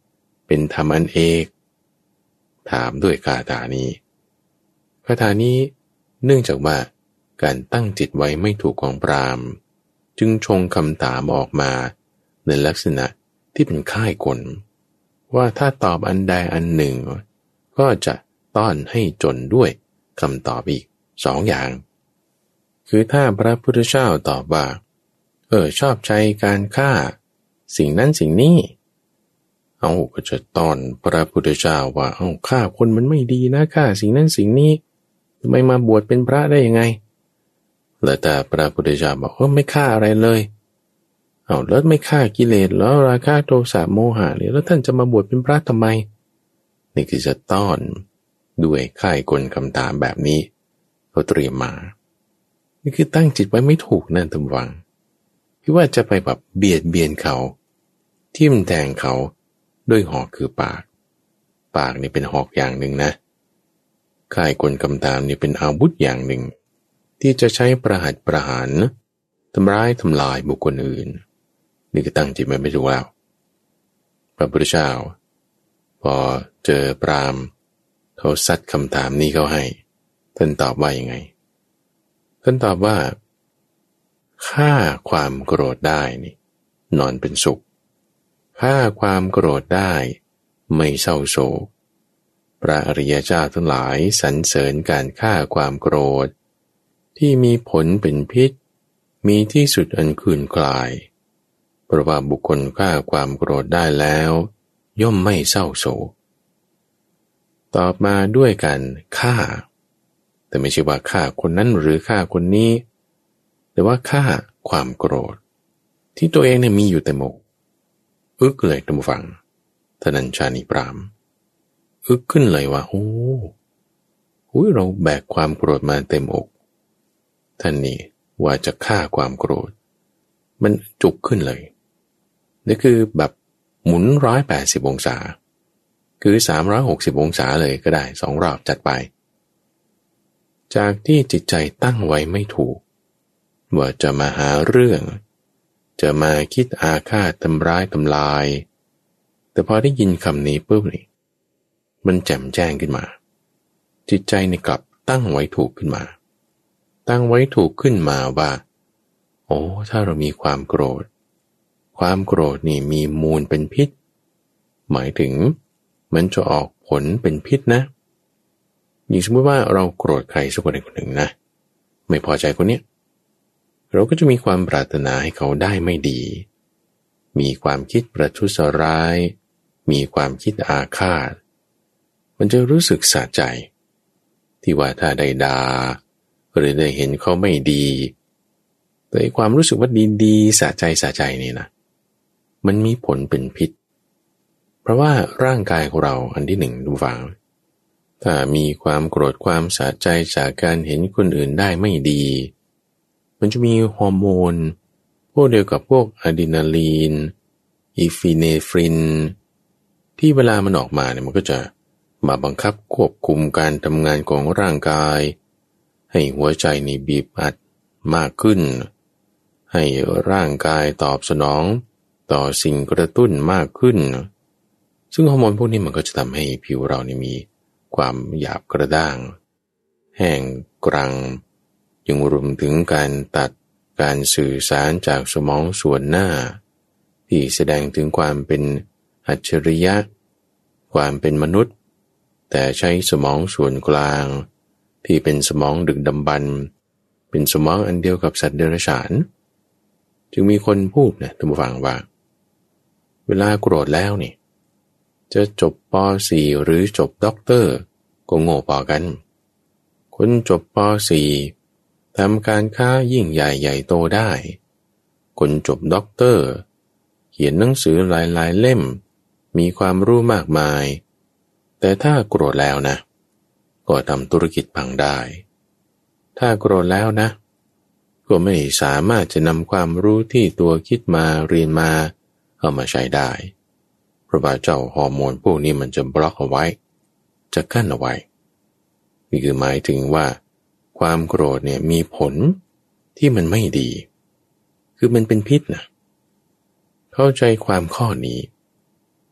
เป็นธรรมอันเอกถามด้วยคาถานี้คาถานี้เนื่องจากว่าการตั้งจิตไว้ไม่ถูกของพราหมณ์จึงชงคำถามออกมาในลักษณะที่เป็นค่ายกลว่าถ้าตอบอันใดอันหนึ่งก็จะต้อนให้จนด้วยคำตอบอีกสองอย่างคือถ้าพระพุทธเจ้าตอบว่าชอบใจการฆ่าสิ่งนั้นสิ่งนี้ก็จะต้อนพระพุทธเจ้าว่าฆ่าคนมันไม่ดีนะฆ่าสิ่งนั้นสิ่งนี้ทำไมมาบวชเป็นพระได้ยังไงแล้วแต่พระพุทธเจ้าบอกไม่ฆ่าอะไรเลยแล้วไม่ฆ่ากิเลสแล้วราคะโทสะโมหะเนี่ยแล้วท่านจะมาบวชเป็นพระทำไมนี่คือจะต้อนด้วยค่ายกลคำถามแบบนี้เขาเตรียมมานี่คือตั้งจิตไว้ไม่ถูกนั่นตำวังที่ว่าจะไปแบบเบียดเบียนเขาทิ่มแทงเขาด้วยหอกคือปากนี่เป็นหอกอย่างหนึ่งนะค่ายกลคำถามนี่เป็นอาวุธอย่างหนึ่งที่จะใช้ประหัตประหารทำร้ายทำลายบุคคลอื่นนี่ก็ตั้งจิตไม่ถูกแล้วพระพุทธเจ้าพอเจอพราหมณ์เขาซัดคำถามนี้เขาให้ท่านตอบว่ายังไงท่านตอบว่าฆ่าความโกรธได้นี่นอนเป็นสุขฆ่าความโกรธได้ไม่เศร้าโศกพระอริยเจ้าทั้งหลายสรรเสริญการฆ่าความโกรธที่มีผลเป็นพิษมีที่สุดอันคืนคลายเพราะว่าบุคคลฆ่าความโกรธได้แล้วย่อมไม่เศร้าโศกตอบมาด้วยการฆ่าแต่ไม่ใช่ว่าฆ่าคนนั้นหรือฆ่าคนนี้แต่ว่าฆ่าความโกรธที่ตัวเองเนี่ยมีอยู่เต็มอกอึกเลยท่านผู้ฟังท่านัญชานิพรามอึกขึ้นเลยว่าโอ้เราแบกความโกรธมาเต็มอกท่านนี่ว่าจะฆ่าความโกรธมันจุกขึ้นเลยนี่คือแบบหมุน180องศาคือ360องศาเลยก็ได้2รอบจัดไปจากที่จิตใจตั้งไว้ไม่ถูกว่าจะมาหาเรื่องจะมาคิดอาฆาตทำร้ายทำลายแต่พอได้ยินคำนี้ปุ๊บนี่มันแจ่มแจ้งขึ้นมาจิตใจนี่กลับตั้งไว้ถูกขึ้นมาตั้งไว้ถูกขึ้นมาว่าถ้าเรามีความโกรธนี่มีมูลเป็นพิษหมายถึงมันจะออกผลเป็นพิษนะอย่างสมมติว่าเราโกรธใครสักคนใดคนหนึ่งนะไม่พอใจคนเนี้ยเราก็จะมีความปรารถนาให้เขาได้ไม่ดีมีความคิดประทุษร้ายมีความคิดอาฆาตมันจะรู้สึกสะใจที่ว่าถ้าได้ด่าหรือได้เห็นเขาไม่ดีแต่ความรู้สึกว่าดีๆสะใจนี่นะมันมีผลเป็นพิษเพราะว่าร่างกายของเราอันที่หนึ่งดูฟังถ้ามีความโกรธความสะใจจากการเห็นคนอื่นได้ไม่ดีมันจะมีฮอร์โมนพวกเดียวกับพวกอะดรีนาลีนอีฟิเนฟรินที่เวลามันออกมาเนี่ยมันก็จะมาบังคับควบคุมการทำงานของร่างกายให้หัวใจนี่บีบอัดมากขึ้นให้ร่างกายตอบสนองต่อสิ่งกระตุ้นมากขึ้นซึ่งฮอร์โมนพวกนี้มันก็จะทำให้ผิวเรานี่มีความหยาบกระด้างแห้งกรังยังรวมถึงการตัดการสื่อสารจากสมองส่วนหน้าที่แสดงถึงความเป็นอัจฉริยะความเป็นมนุษย์แต่ใช้สมองส่วนกลางที่เป็นสมองดึกดำบรรพ์เป็นสมองอันเดียวกับสัตว์เดรัจฉานจึงมีคนพูดนะท่านผู้ฟังว่าเวลาโกรธแล้วนี่จะจบป .4 หรือจบด็อกเตอร์ก็โง่พอกันคนจบป .4 ทำการค้ายิ่งใหญ่โตได้คนจบด็อกเตอร์เขียนหนังสือหลายเล่มมีความรู้มากมายแต่ถ้าโกรธแล้วนะก็ทำธุรกิจพังได้ถ้าโกรธแล้วนะก็ไม่สามารถจะนำความรู้ที่ตัวคิดมาเรียนมาเอามาใช้ได้เพราะว่าเจ้าฮอร์โมนพวกนี้มันจะบล็อกเอาไว้จะกั้นเอาไว้นี่คือหมายถึงว่าความโกรธเนี่ยมีผลที่มันไม่ดีคือมันเป็นพิษนะเข้าใจความข้อนี้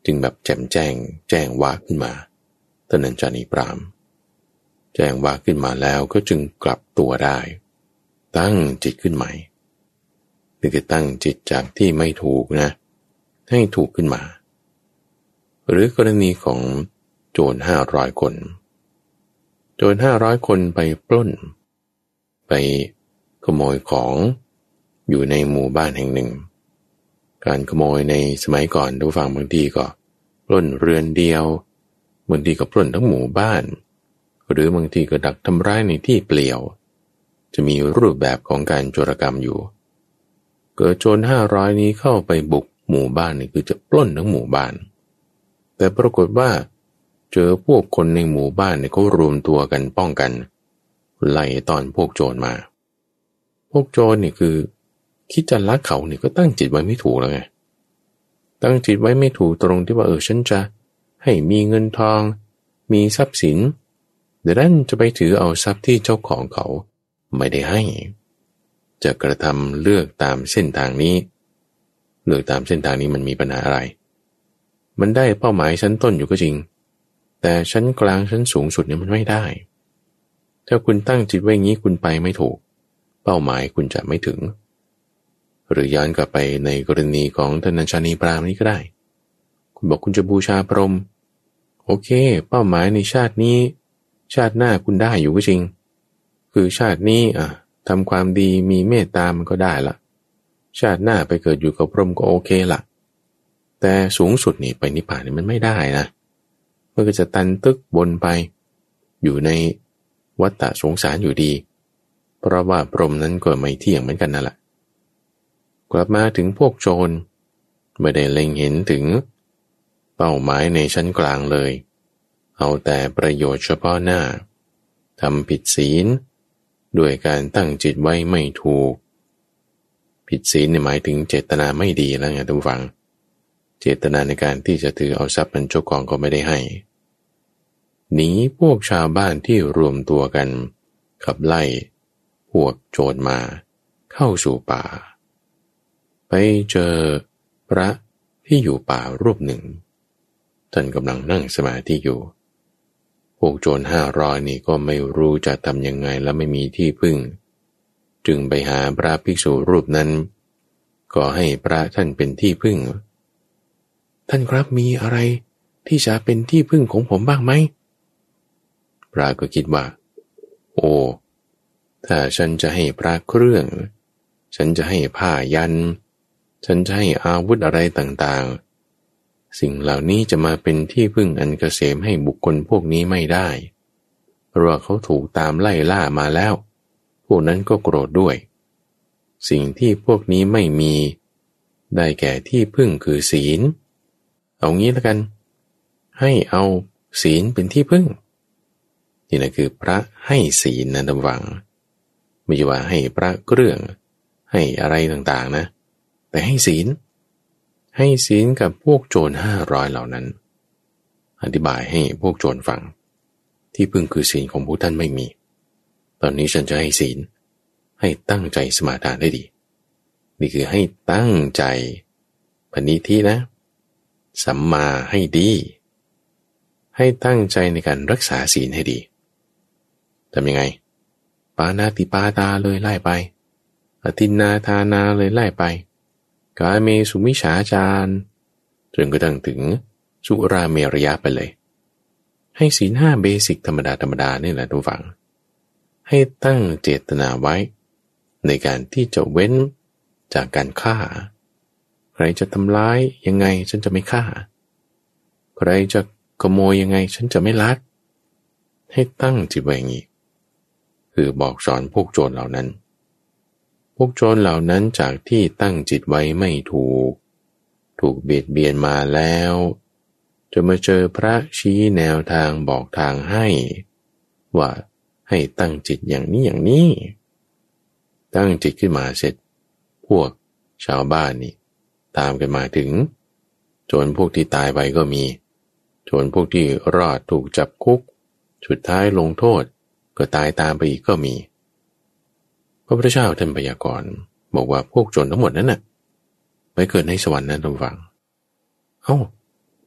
จึงแบบแจ่มแจ้งแจ้งว่าขึ้นมาท่านัญชานีพราหมณ์แจ้งว่าขึ้นมาแล้วก็จึงกลับตัวได้ตั้งจิตขึ้นใหม่นี่คือตั้งจิตจากที่ไม่ถูกนะให้ถูกขึ้นมาหรือกรณีของโจร500 คนโจร500 คนไปปล้นไปขโมยของอยู่ในหมู่บ้านแห่งหนึ่งการขโมยในสมัยก่อนทุกฝั่งบางทีก็ปล้นเรือนเดียวบางทีก็ปล้นทั้งหมู่บ้านหรือบางทีก็ดักทำร้ายในที่เปลี่ยวจะมีรูปแบบของการโจรกรรมอยู่เกิดโจร500นี้เข้าไปบุกหมู่บ้านนี่คือจะปล้นทั้งหมู่บ้านแต่ปรากฏว่าเจอพวกคนในหมู่บ้านเนี่ยเขารวมตัวกันป้องกันไล่ตอนพวกโจรมาพวกโจรนี่คือคิดจะลักเขาเนี่ยก็ตั้งจิตไว้ไม่ถูกแล้วไงตั้งจิตไว้ไม่ถูกตรงที่ว่าฉันจะให้มีเงินทองมีทรัพย์สินเดี๋ยวนั้นจะไปถือเอาทรัพย์ที่เจ้าของเขาไม่ได้ให้จะกระทำเลือกตามเส้นทางนี้เลือกตามเส้นทางนี้มันมีปัญหาอะไรมันได้เป้าหมายชั้นต้นอยู่ก็จริงแต่ชั้นกลางชั้นสูงสุดเนี่ยมันไม่ได้ถ้าคุณตั้งจิตไว้งี้คุณไปไม่ถูกเป้าหมายคุณจะไม่ถึงหรือย้อนกลับไปในกรณีของท่านอัญชานีพราหมณ์นี้ก็ได้คุณบอกคุณจะบูชาพรหมโอเคเป้าหมายในชาตินี้ชาติหน้าคุณได้อยู่ก็จริงคือชาตินี้ทำความดีมีเมตตามันก็ได้ละชาติหน้าไปเกิดอยู่กับพรหมก็โอเคละแต่สูงสุดนี่ไปนิพพานนี่มันไม่ได้นะมันก็จะตันตึกบนไปอยู่ในวัฏฏะสงสารอยู่ดีเพราะว่าพรหมนั้นก็ไม่เที่ยงเหมือนกันนั่นแหละกลับมาถึงพวกโจรไม่ได้เล็งเห็นถึงเป้าหมายในชั้นกลางเลยเอาแต่ประโยชน์เฉพาะหน้าทำผิดศีลด้วยการตั้งจิตไว้ไม่ถูกผิดศีลหมายถึงเจตนาไม่ดีแล้วไงท่านผู้ฟังเจตนาในการที่จะถือเอาทรัพย์นั้นเจ้าของก็ไม่ได้ให้หนีพวกชาวบ้านที่รวมตัวกันขับไล่พวกโจรมาเข้าสู่ป่าไปเจอพระที่อยู่ป่ารูปหนึ่งท่านกำลังนั่งสมาธิอยู่พวกโจร500นี่ก็ไม่รู้จะทำยังไงและไม่มีที่พึ่งจึงไปหาพระภิกษุรูปนั้นก็ให้พระท่านเป็นที่พึ่งท่านครับมีอะไรที่จะเป็นที่พึ่งของผมบ้างไหมพระก็คิดว่าโอ้ถ้าฉันจะให้พระเครื่องฉันจะให้ผ้ายันฉันจะให้อาวุธอะไรต่างๆสิ่งเหล่านี้จะมาเป็นที่พึ่งอันเกษมให้บุคคลพวกนี้ไม่ได้เพราะเขาถูกตามไล่ล่ามาแล้วพวกนั้นก็โกรธด้วยสิ่งที่พวกนี้ไม่มีได้แก่ที่พึ่งคือศีลเอางี้แล้วกันให้เอาศีลเป็นที่พึ่งนี่นะคือพระให้ศีลนะท่านฟังไม่ใช่ว่าให้พระเครื่องให้อะไรต่างๆนะแต่ให้ศีลกับพวกโจร500เหล่านั้นอธิบายให้พวกโจรฟังที่พึ่งคือศีลของพวกท่านไม่มีตอนนี้ฉันจะให้ศีลให้ตั้งใจสมาทานได้ดีนี่คือให้ตั้งใจปณิธินะสัมมาให้ดีให้ตั้งใจในการรักษาศีลให้ดีทำยังไงปานาติปาตาเลยไล่ไปอทินนาทานาเลยไล่ไปกาเมสุมิจฉาจารจนกระทั่งถึงสุราเมรยะไปเลยให้ศีล5เบสิกธรรมดานี่แหละทุกฝังให้ตั้งเจตนาไว้ในการที่จะเว้นจากการฆ่าใครจะทำร้ายยังไงฉันจะไม่ฆ่าใครจะขโมยยังไงฉันจะไม่ลักให้ตั้งจิตไว้อย่างนี้คือบอกสอนพวกโจรเหล่านั้นพวกโจรเหล่านั้นจากที่ตั้งจิตไว้ไม่ถูกเบียดเบียนมาแล้วจะมาเจอพระชี้แนวทางบอกทางให้ว่าให้ตั้งจิตอย่างนี้ตั้งจิตขึ้นมาเสร็จพวกชาวบ้านนี่ตามกันมาถึงโจรพวกที่ตายไปก็มีโจรพวกที่รอดถูกจับคุกสุดท้ายลงโทษก็ตายตามไปอีกก็มีพระพุทธเจ้าท่านพยากรณ์บอกว่าพวกโจรทั้งหมดนั้นน่ะไปเกิดในสวรรค์นั้นท่านฟังท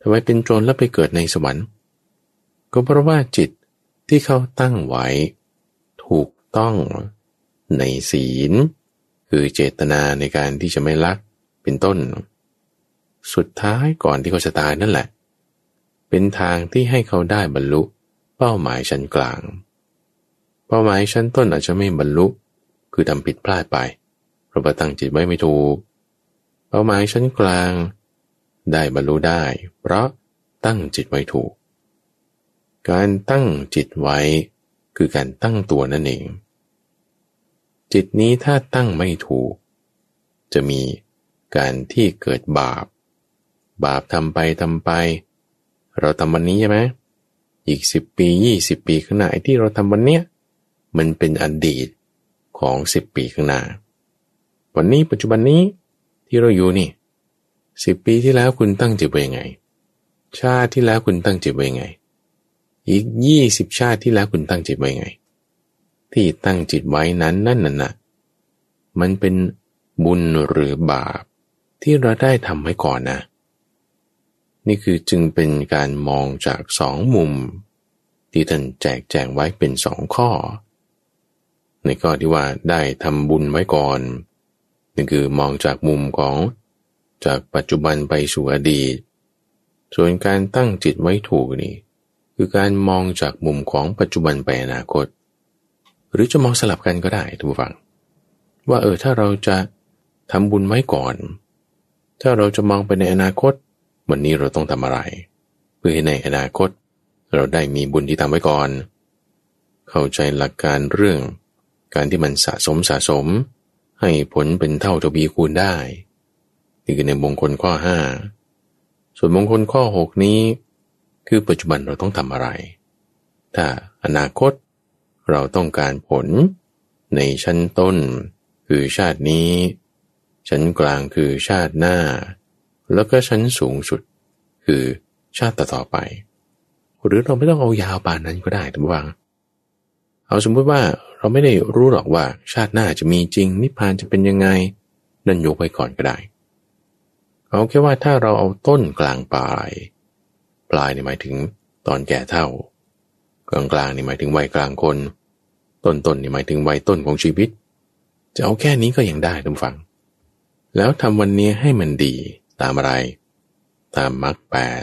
ทำไมเป็นโจรแล้วไปเกิดในสวรรค์ก็เพราะว่าจิตที่เขาตั้งไว้ถูกต้องในศีลคือเจตนาในการที่จะไม่ลักเป็นต้นสุดท้ายก่อนที่เขาจะตายนั่นแหละเป็นทางที่ให้เขาได้บรรลุเป้าหมายชั้นกลางเป้าหมายชั้นต้นอาจจะไม่บรรลุคือทำผิดพลาดไปเพราะว่าตั้งจิตไว้ไม่ถูกเป้าหมายชั้นกลางได้บรรลุได้เพราะตั้งจิตไว้ถูกการตั้งจิตไว้คือการตั้งตัวนั่นเองจิตนี้ถ้าตั้งไม่ถูกจะมีการที่เกิดบาปทำไปเราทำวันนี้ใช่ไหมอีก10 ปี20 ปีข้างหน้าไอ้ที่เราทำวันเนี้ยมันเป็นอดีตของ10 ปีข้างหน้าวันนี้ปัจจุบันนี้ที่เราอยู่นี่10 ปีที่แล้วคุณตั้งจิตไว้ยังไงชาติที่แล้วคุณตั้งจิตไว้ยังไงอีก20 ชาติที่แล้วคุณตั้งจิตไว้ยังไงที่ตั้งจิตไว้นั้นนั่นน่ะมันเป็นบุญหรือบาปที่เราได้ทำไว้ก่อนนะนี่คือจึงเป็นการมองจาก2 มุมที่ท่านแจกแจงไว้เป็น2 ข้อในข้อที่ว่าได้ทำบุญไว้ก่อนนี่คือมองจากมุมของจากปัจจุบันไปสู่อดีตส่วนการตั้งจิตไว้ถูกนี่คือการมองจากมุมของปัจจุบันไปอนาคตหรือจะมองสลับกันก็ได้ทุกฝั่งว่าถ้าเราจะทำบุญไว้ก่อนถ้าเราจะมองไปในอนาคตวันนี้เราต้องทำอะไรเพื่อให้ในอนาคตเราได้มีบุญที่ทำไว้ก่อนเข้าใจหลักการเรื่องการที่มันสะสมให้ผลเป็นเท่าทวีคูณได้นี่คือในมงคลข้อ5ส่วนมงคลข้อ6นี้คือปัจจุบันเราต้องทำอะไรถ้าอนาคตเราต้องการผลในชั้นต้นคือชาตินี้ชั้นกลางคือชาติหน้าแล้วก็ชั้นสูงสุดคือชาติต่อไปหรือเราไม่ต้องเอายาวป่านนั้นก็ได้ทุกวังเอาสมมติว่าเราไม่ได้รู้หรอกว่าชาติหน้าจะมีจริงนิพพานจะเป็นยังไงนั่นยกไว้ก่อนก็ได้เอาแค่ว่าถ้าเราเอาต้นกลางปลายนี่หมายถึงตอนแก่เฒ่ากลางนี่หมายถึงวัยกลางคนต้นนี่หมายถึงวัยต้นของชีวิตจะเอาแค่นี้ก็ยังได้ทุกฝังแล้วทำวันนี้ให้มันดีตามอะไรตามมรรค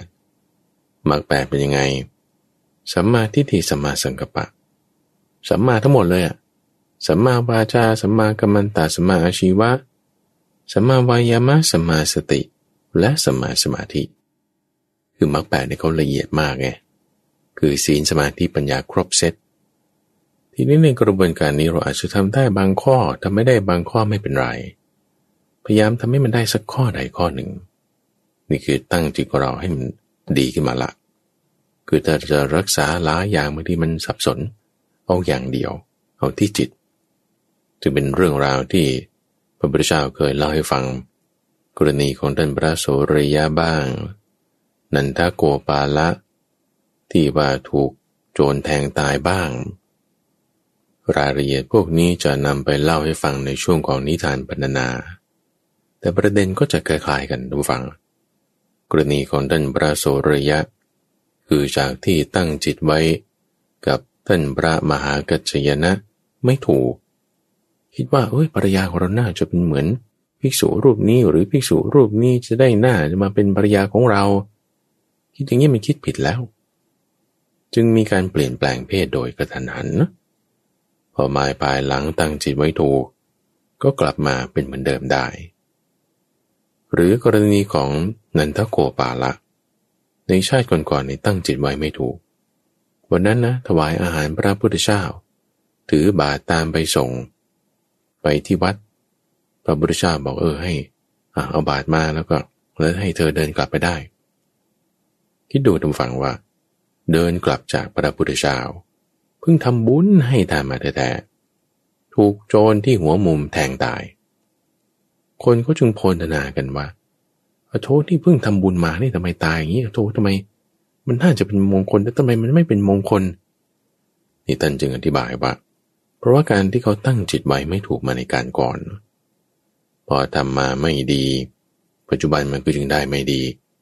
8เป็นยังไงสัมมาทิฏฐิสัมมาสังกัปปะสัมมาทั้งหมดเลยสัมมาวาจาสัมมากัมมันตะสัมมาอาชีวะสัมมาวายามะสัมมาสติและสัมมาสมาธิคือมรรค8เนี่ยเขาละเอียดมากไงคือศีลสมาธิปัญญาครบเซตทีนี้ในกระบวนการนี้เราอาจจะทำได้บางข้อทำไม่ได้บางข้อไม่เป็นไรพยายามทำให้มันได้สักข้อใดข้อหนึ่งนี่คือตั้งจิตของเราให้มันดีขึ้นมาละคือถ้าจะรักษาหลายอย่างบางทีมันสับสนเอาอย่างเดียวเอาที่จิตจึงเป็นเรื่องราวที่พระพุทธเจ้าเคยเล่าให้ฟังกรณีของท่านพระโสริยะบ้างนันทโกปาละที่ว่าถูกโจรแทงตายบ้างรายละเอียดพวกนี้จะนำไปเล่าให้ฟังในช่วงของนิทานพรรณนาแต่ประเด็นก็จะคล้ายๆกันทุกฝั่งกรณีของท่านพระโสริยะคือจากที่ตั้งจิตไว้กับท่านพระมหากัจจยนะไม่ถูกคิดว่าภรรยาของเราน่าจะเป็นเหมือนภิกษุรูปนี้หรือภิกษุรูปนี้จะได้น่าจะมาเป็นภรรยาของเราคิดอย่างนี้มันคิดผิดแล้วจึงมีการเปลี่ยนแปลงเพศโดยกระทันหันพอมาภายหลังตั้งจิตไว้ถูกก็กลับมาเป็นเหมือนเดิมได้หรือกรณีของนันทโกปาละในชาติก่อนๆในตั้งจิตไว้ไม่ถูกวันนั้นนะถวายอาหารพระพุทธเจ้าถือบาตรตามไปส่งไปที่วัดพระพุทธเจ้าบอกให้เอาบาตรมาแล้วให้เธอเดินกลับไปได้คิดดูทำฝังว่าเดินกลับจากพระพุทธเจ้าเพิ่งทำบุญให้ทานมาแท้ๆถูกโจรที่หัวมุมแทงตายคนก็จึงโพลธนากันว่าโทษที่เพิ่งทำบุญมานี่ทำไมตายอย่างนี้โทษทำไมมันน่าจะเป็นมงคลแต่ทำไมมันไม่เป็นมงคลนี่ท่านจึงอธิบายว่าเพราะว่าการที่เขาตั้งจิตไว้ไม่ถูกมาในการก่อนพอทำมาไม่ดีปัจจุบันมันก็จึงได้ไม่ดี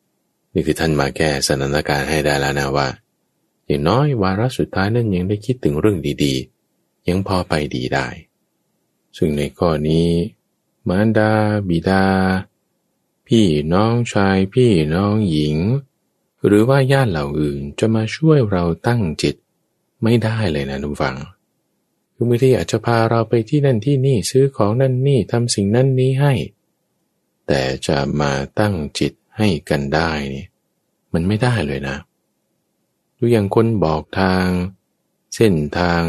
นี่คือท่านมาแก้สถานการณ์ให้ได้แล้วนะว่าอย่างน้อยวาระสุดท้ายนั้นยังได้คิดถึงเรื่องดีๆยังพอไปดีได้ซึ่งในข้อนี้มารดาบิดาพี่น้องชายพี่น้องหญิงหรือว่าญาติเหล่าอื่นจะมาช่วยเราตั้งจิตไม่ได้เลยนะทุกฝังคือบางทีอาจจะพาเราไปที่นั่นที่นี่ซื้อของนั่นนี่ทำสิ่งนั้นนี้ให้แต่จะมาตั้งจิตให้กันได้นี่มันไม่ได้เลยนะดูอย่างคนบอกทางเส้นทาง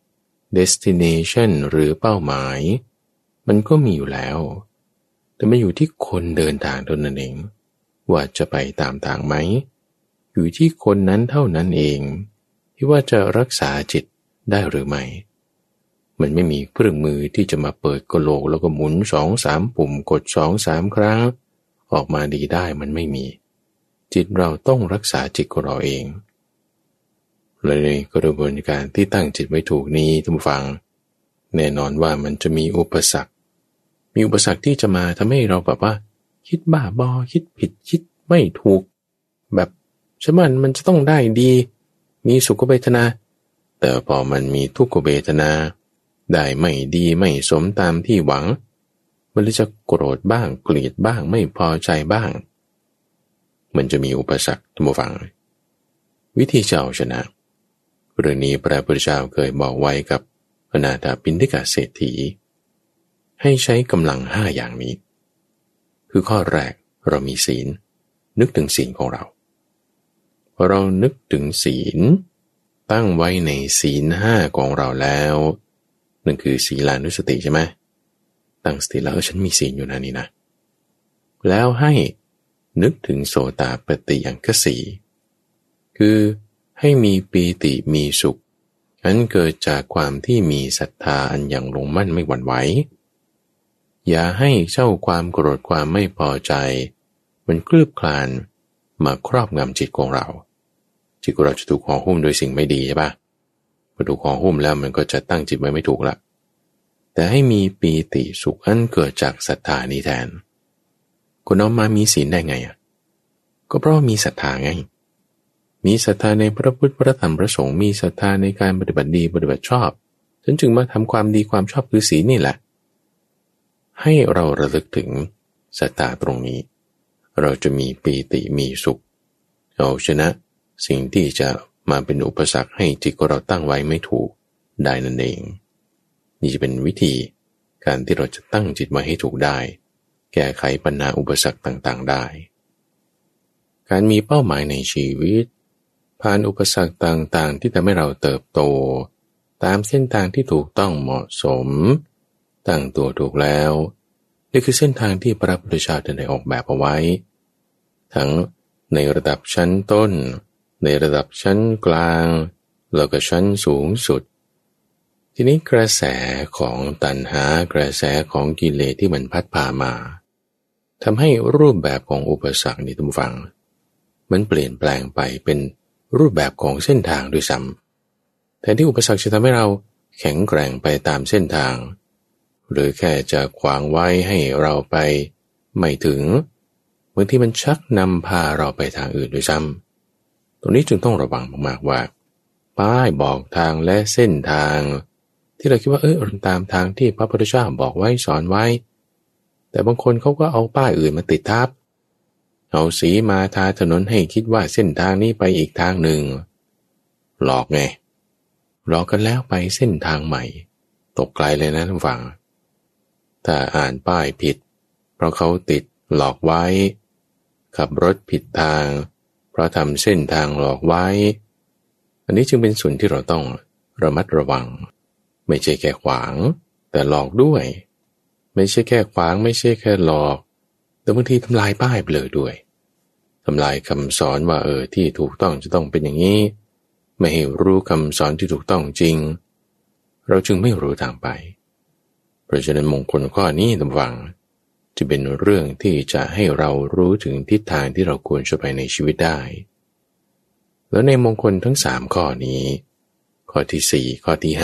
destination หรือเป้าหมายมันก็มีอยู่แล้วแต่ไม่อยู่ที่คนเดินทางเท่านั้นเองว่าจะไปตามทางไหมอยู่ที่คนนั้นเท่านั้นเองที่ว่าจะรักษาจิตได้หรือไม่มันไม่มีเครื่องมือที่จะมาเปิดกะโหลกแล้วก็หมุน2-3 ปุ่มกด2-3 ครั้งออกมาดีได้มันไม่มีจิตเราต้องรักษาจิตของเราเองและในกระบวนการที่ตั้งจิตไว้ถูกนี้ท่านผู้ฟังแน่นอนว่ามันจะมีอุปสรรคที่จะมาทำให้เราแบบว่าคิดบ้าบอคิดผิดคิดไม่ถูกแบบใช่ไหมมันจะต้องได้ดีมีสุขเวทนาแต่พอมันมีทุกขเวทนาได้ไม่ดีไม่สมตามที่หวังมันเลยจะโกรธบ้างเกลียดบ้างไม่พอใจบ้างมันจะมีอุปสรรคท่านผู้ฟังวิธีจะเอาชนะเรื่องนี้พระพุทธเจ้าเคยบอกไว้กับอนาถปิณฑิกเศรษฐีให้ใช้กำลัง5อย่างนี้คือข้อแรกเรามีศีลนึกถึงศีลของเราพอเรานึกถึงศีลตั้งไว้ในศีล5ของเราแล้วนั่นคือศีลานุสติใช่ไหมตั้งสติแล้วฉันมีศีลอยู่นะนี่นะแล้วให้นึกถึงโสตปัตติยังคสีคือให้มีปีติมีสุขอันเกิดจากความที่มีศรัทธาอันยังลงมั่นไม่หวั่นไหวอย่าให้เจ้าความโกรธความไม่พอใจมันคลืบคลานมาครอบงำจิตของเราจิตของเราจะถูกห่อหุ้มโดยสิ่งไม่ดีใช่ปะพอถูกห่อหุ้มแล้วมันก็จะตั้งจิตไว้ไม่ถูกละแต่ให้มีปีติสุขอันเกิดจากศรัทธานี้แทนคนเอามามีศีลได้ไงอ่ะก็เพราะมีศรัทธาไงมีศรัทธาในพระพุทธพระธรรมพระสงฆ์มีศรัทธาในการปฏิบัติดีปฏิบัติชอบฉันจึงมาทำความดีความชอบคือศีลนี่แหละให้เราระลึกถึงศรัทธาตรงนี้เราจะมีปีติมีสุขเอาชนะสิ่งที่จะมาเป็นอุปสรรคให้จิตของเราตั้งไว้ไม่ถูกได้นั่นเองนี่จะเป็นวิธีการที่เราจะตั้งจิตไว้ให้ถูกได้แก้ไขปัญหาอุปสรรคต่างๆได้การมีเป้าหมายในชีวิตผ่านอุปสรรคต่างๆที่ทำให้เราเติบโตตามเส้นทางที่ถูกต้องเหมาะสมตั้งตัวถูกแล้วนี่คือเส้นทางที่พระพุทธเจ้าได้ออกแบบเอาไว้ทั้งในระดับชั้นต้นในระดับชั้นกลางแล้วก็ชั้นสูงสุดทีนี้กระแสของตัณหากระแสของกิเลสที่มันพัดพามาทำให้รูปแบบของอุปสรรคนี้ทุกฝั่งมันเปลี่ยนแปลงไปเป็นรูปแบบของเส้นทางด้วยซ้ำแต่ที่อุปสรรคจะทำให้เราแข็งแกร่งไปตามเส้นทางหรือแค่จะขวางไว้ให้เราไปไม่ถึงบางทีมันชักนำพาเราไปทางอื่นด้วยซ้ำตรงนี้จึงต้องระวังมากๆว่าป้ายบอกทางและเส้นทางที่เราคิดว่าเราตามทางที่พระพุทธเจ้าบอกไว้สอนไว้แต่บางคนเขาก็เอาป้ายอื่นมาติดทับเอาสีมาทาถนนให้คิดว่าเส้นทางนี้ไปอีกทางหนึ่งหลอกไงหลอกกันแล้วไปเส้นทางใหม่ตกไกลเลยนะท่านฟังถ้าอ่านป้ายผิดเพราะเขาติดหลอกไว้ขับรถผิดทางเพราะทำเส้นทางหลอกไว้อันนี้จึงเป็นส่วนที่เราต้องระมัดระวังไม่ใช่แค่ขวางแต่หลอกด้วยไม่ใช่แค่ขวางไม่ใช่แค่หลอกแต่บางทีทำลายป้ายไปเลยด้วยทำลายคำสอนว่าที่ถูกต้องจะต้องเป็นอย่างนี้ไม่ให้รู้คำสอนที่ถูกต้องจริงเราจึงไม่รู้ทางไปเพราะฉะนั้นมงคลข้อนี้ท่านฟังจะเป็นเรื่องที่จะให้เรารู้ถึงทิศทางที่เราควรจะไปในชีวิตได้แล้วในมงคลทั้ง3ข้อนี้ข้อที่4ข้อที่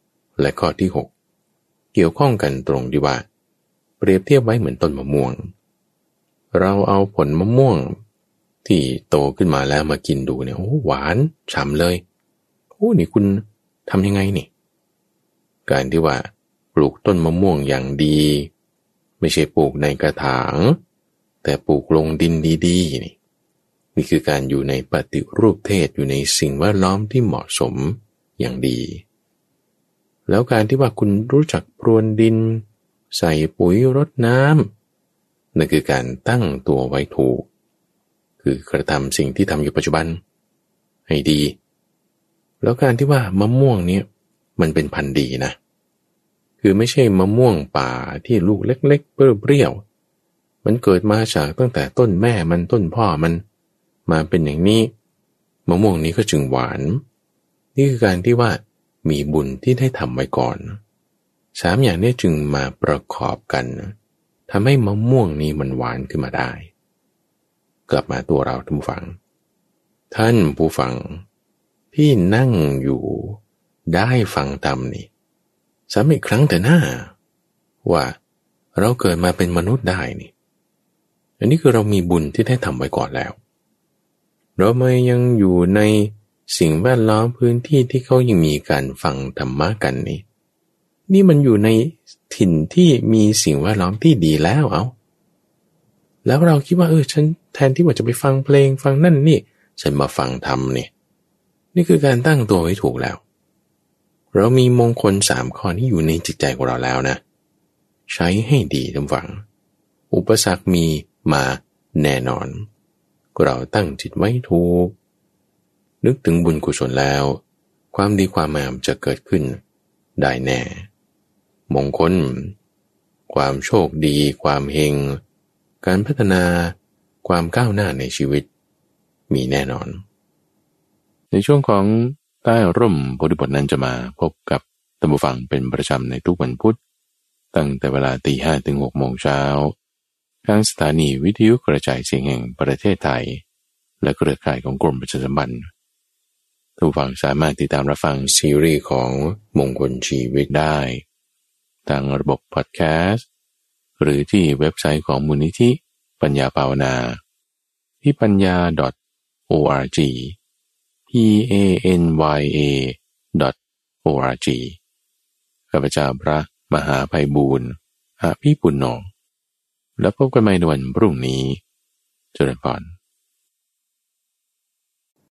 5และข้อที่6เกี่ยวข้องกันตรงที่ว่าเปรียบเทียบไว้เหมือนต้นมะม่วงเราเอาผลมะม่วงที่โตขึ้นมาแล้วมากินดูเนี่ยโอ้หวานฉ่ำเลยโอ้นี่คุณทำยังไงนี่การที่ว่าปลูกต้นมะม่วงอย่างดีไม่ใช่ปลูกในกระถางแต่ปลูกลงดินดีๆนี่คือการอยู่ในปฏิรูปเทศอยู่ในสิ่งแวดล้อมที่เหมาะสมอย่างดีแล้วการที่ว่าคุณรู้จักพรวนดินใส่ปุ๋ยรดน้ำนั่นคือการตั้งตัวไว้ถูกคือกระทำสิ่งที่ทำอยู่ปัจจุบันให้ดีแล้วการที่ว่ามะม่วงเนี่ยมันเป็นพันธุ์ดีนะคือไม่ใช่มะม่วงป่าที่ลูกเล็กๆเปรี้ยวๆมันเกิดมาจากตั้งแต่ต้นแม่มันต้นพ่อมันมาเป็นอย่างนี้มะม่วงนี้ก็จึงหวานนี่คือการที่ว่ามีบุญที่ได้ทำไว้ก่อนสามอย่างนี้จึงมาประกอบกันทำให้มะม่วงนี้มันหวานขึ้นมาได้กลับมาตัวเราท่านผู้ฟังท่านผู้ฟังที่นั่งอยู่ได้ฟังธรรมนี่ซ้ำอีกครั้งแต่หน้าว่าเราเกิดมาเป็นมนุษย์ได้นี่อันนี้คือเรามีบุญที่ได้ทำไว้ก่อนแล้วเราไม่ยังอยู่ในสิ่งแวดล้อมพื้นที่ที่เขายังมีการฟังธรรมะกันนี่มันอยู่ในถิ่นที่มีสิ่งแวดล้อมที่ดีแล้วแล้วเราคิดว่าฉันแทนที่ว่าจะไปฟังเพลงฟังนั่นนี่ฉันมาฟังธรรมนี่คือการตั้งตัวไว้ถูกแล้วเรามีมงคล3ข้อที่อยู่ในจิตใจของเราแล้วนะใช้ให้ดีท่านฟังอุปสรรคมีมาแน่นอนเราตั้งจิตไว้ถูกนึกถึงบุญกุศลแล้วความดีความงามจะเกิดขึ้นได้แน่มงคลความโชคดีความเฮงการพัฒนาความก้าวหน้าในชีวิตมีแน่นอนในช่วงของใต้ร่มโพธิบทนั้นจะมาพบกับท่านผู้ฟังเป็นประจำในทุกวันพุธตั้งแต่เวลา 5:00 ถึง 6:00 น.ทางสถานีวิทยุกระจายเสียงแห่งประเทศไทยและเครือข่ายของกรมประชาสัมพันธ์ท่านผู้ฟังสามารถติดตามรับฟังซีรีส์ของมงคลชีวิตได้ทางระบบพอดแคสต์หรือที่เว็บไซต์ของมูลนิธิปัญญาภาวนาที่ปัญญา .org PANYA.org ข้าพเจ้าพระมหาไพบูลย์อภิปุณโญแล้วพบกันใหม่ในวันพรุ่งนี้เจริญพร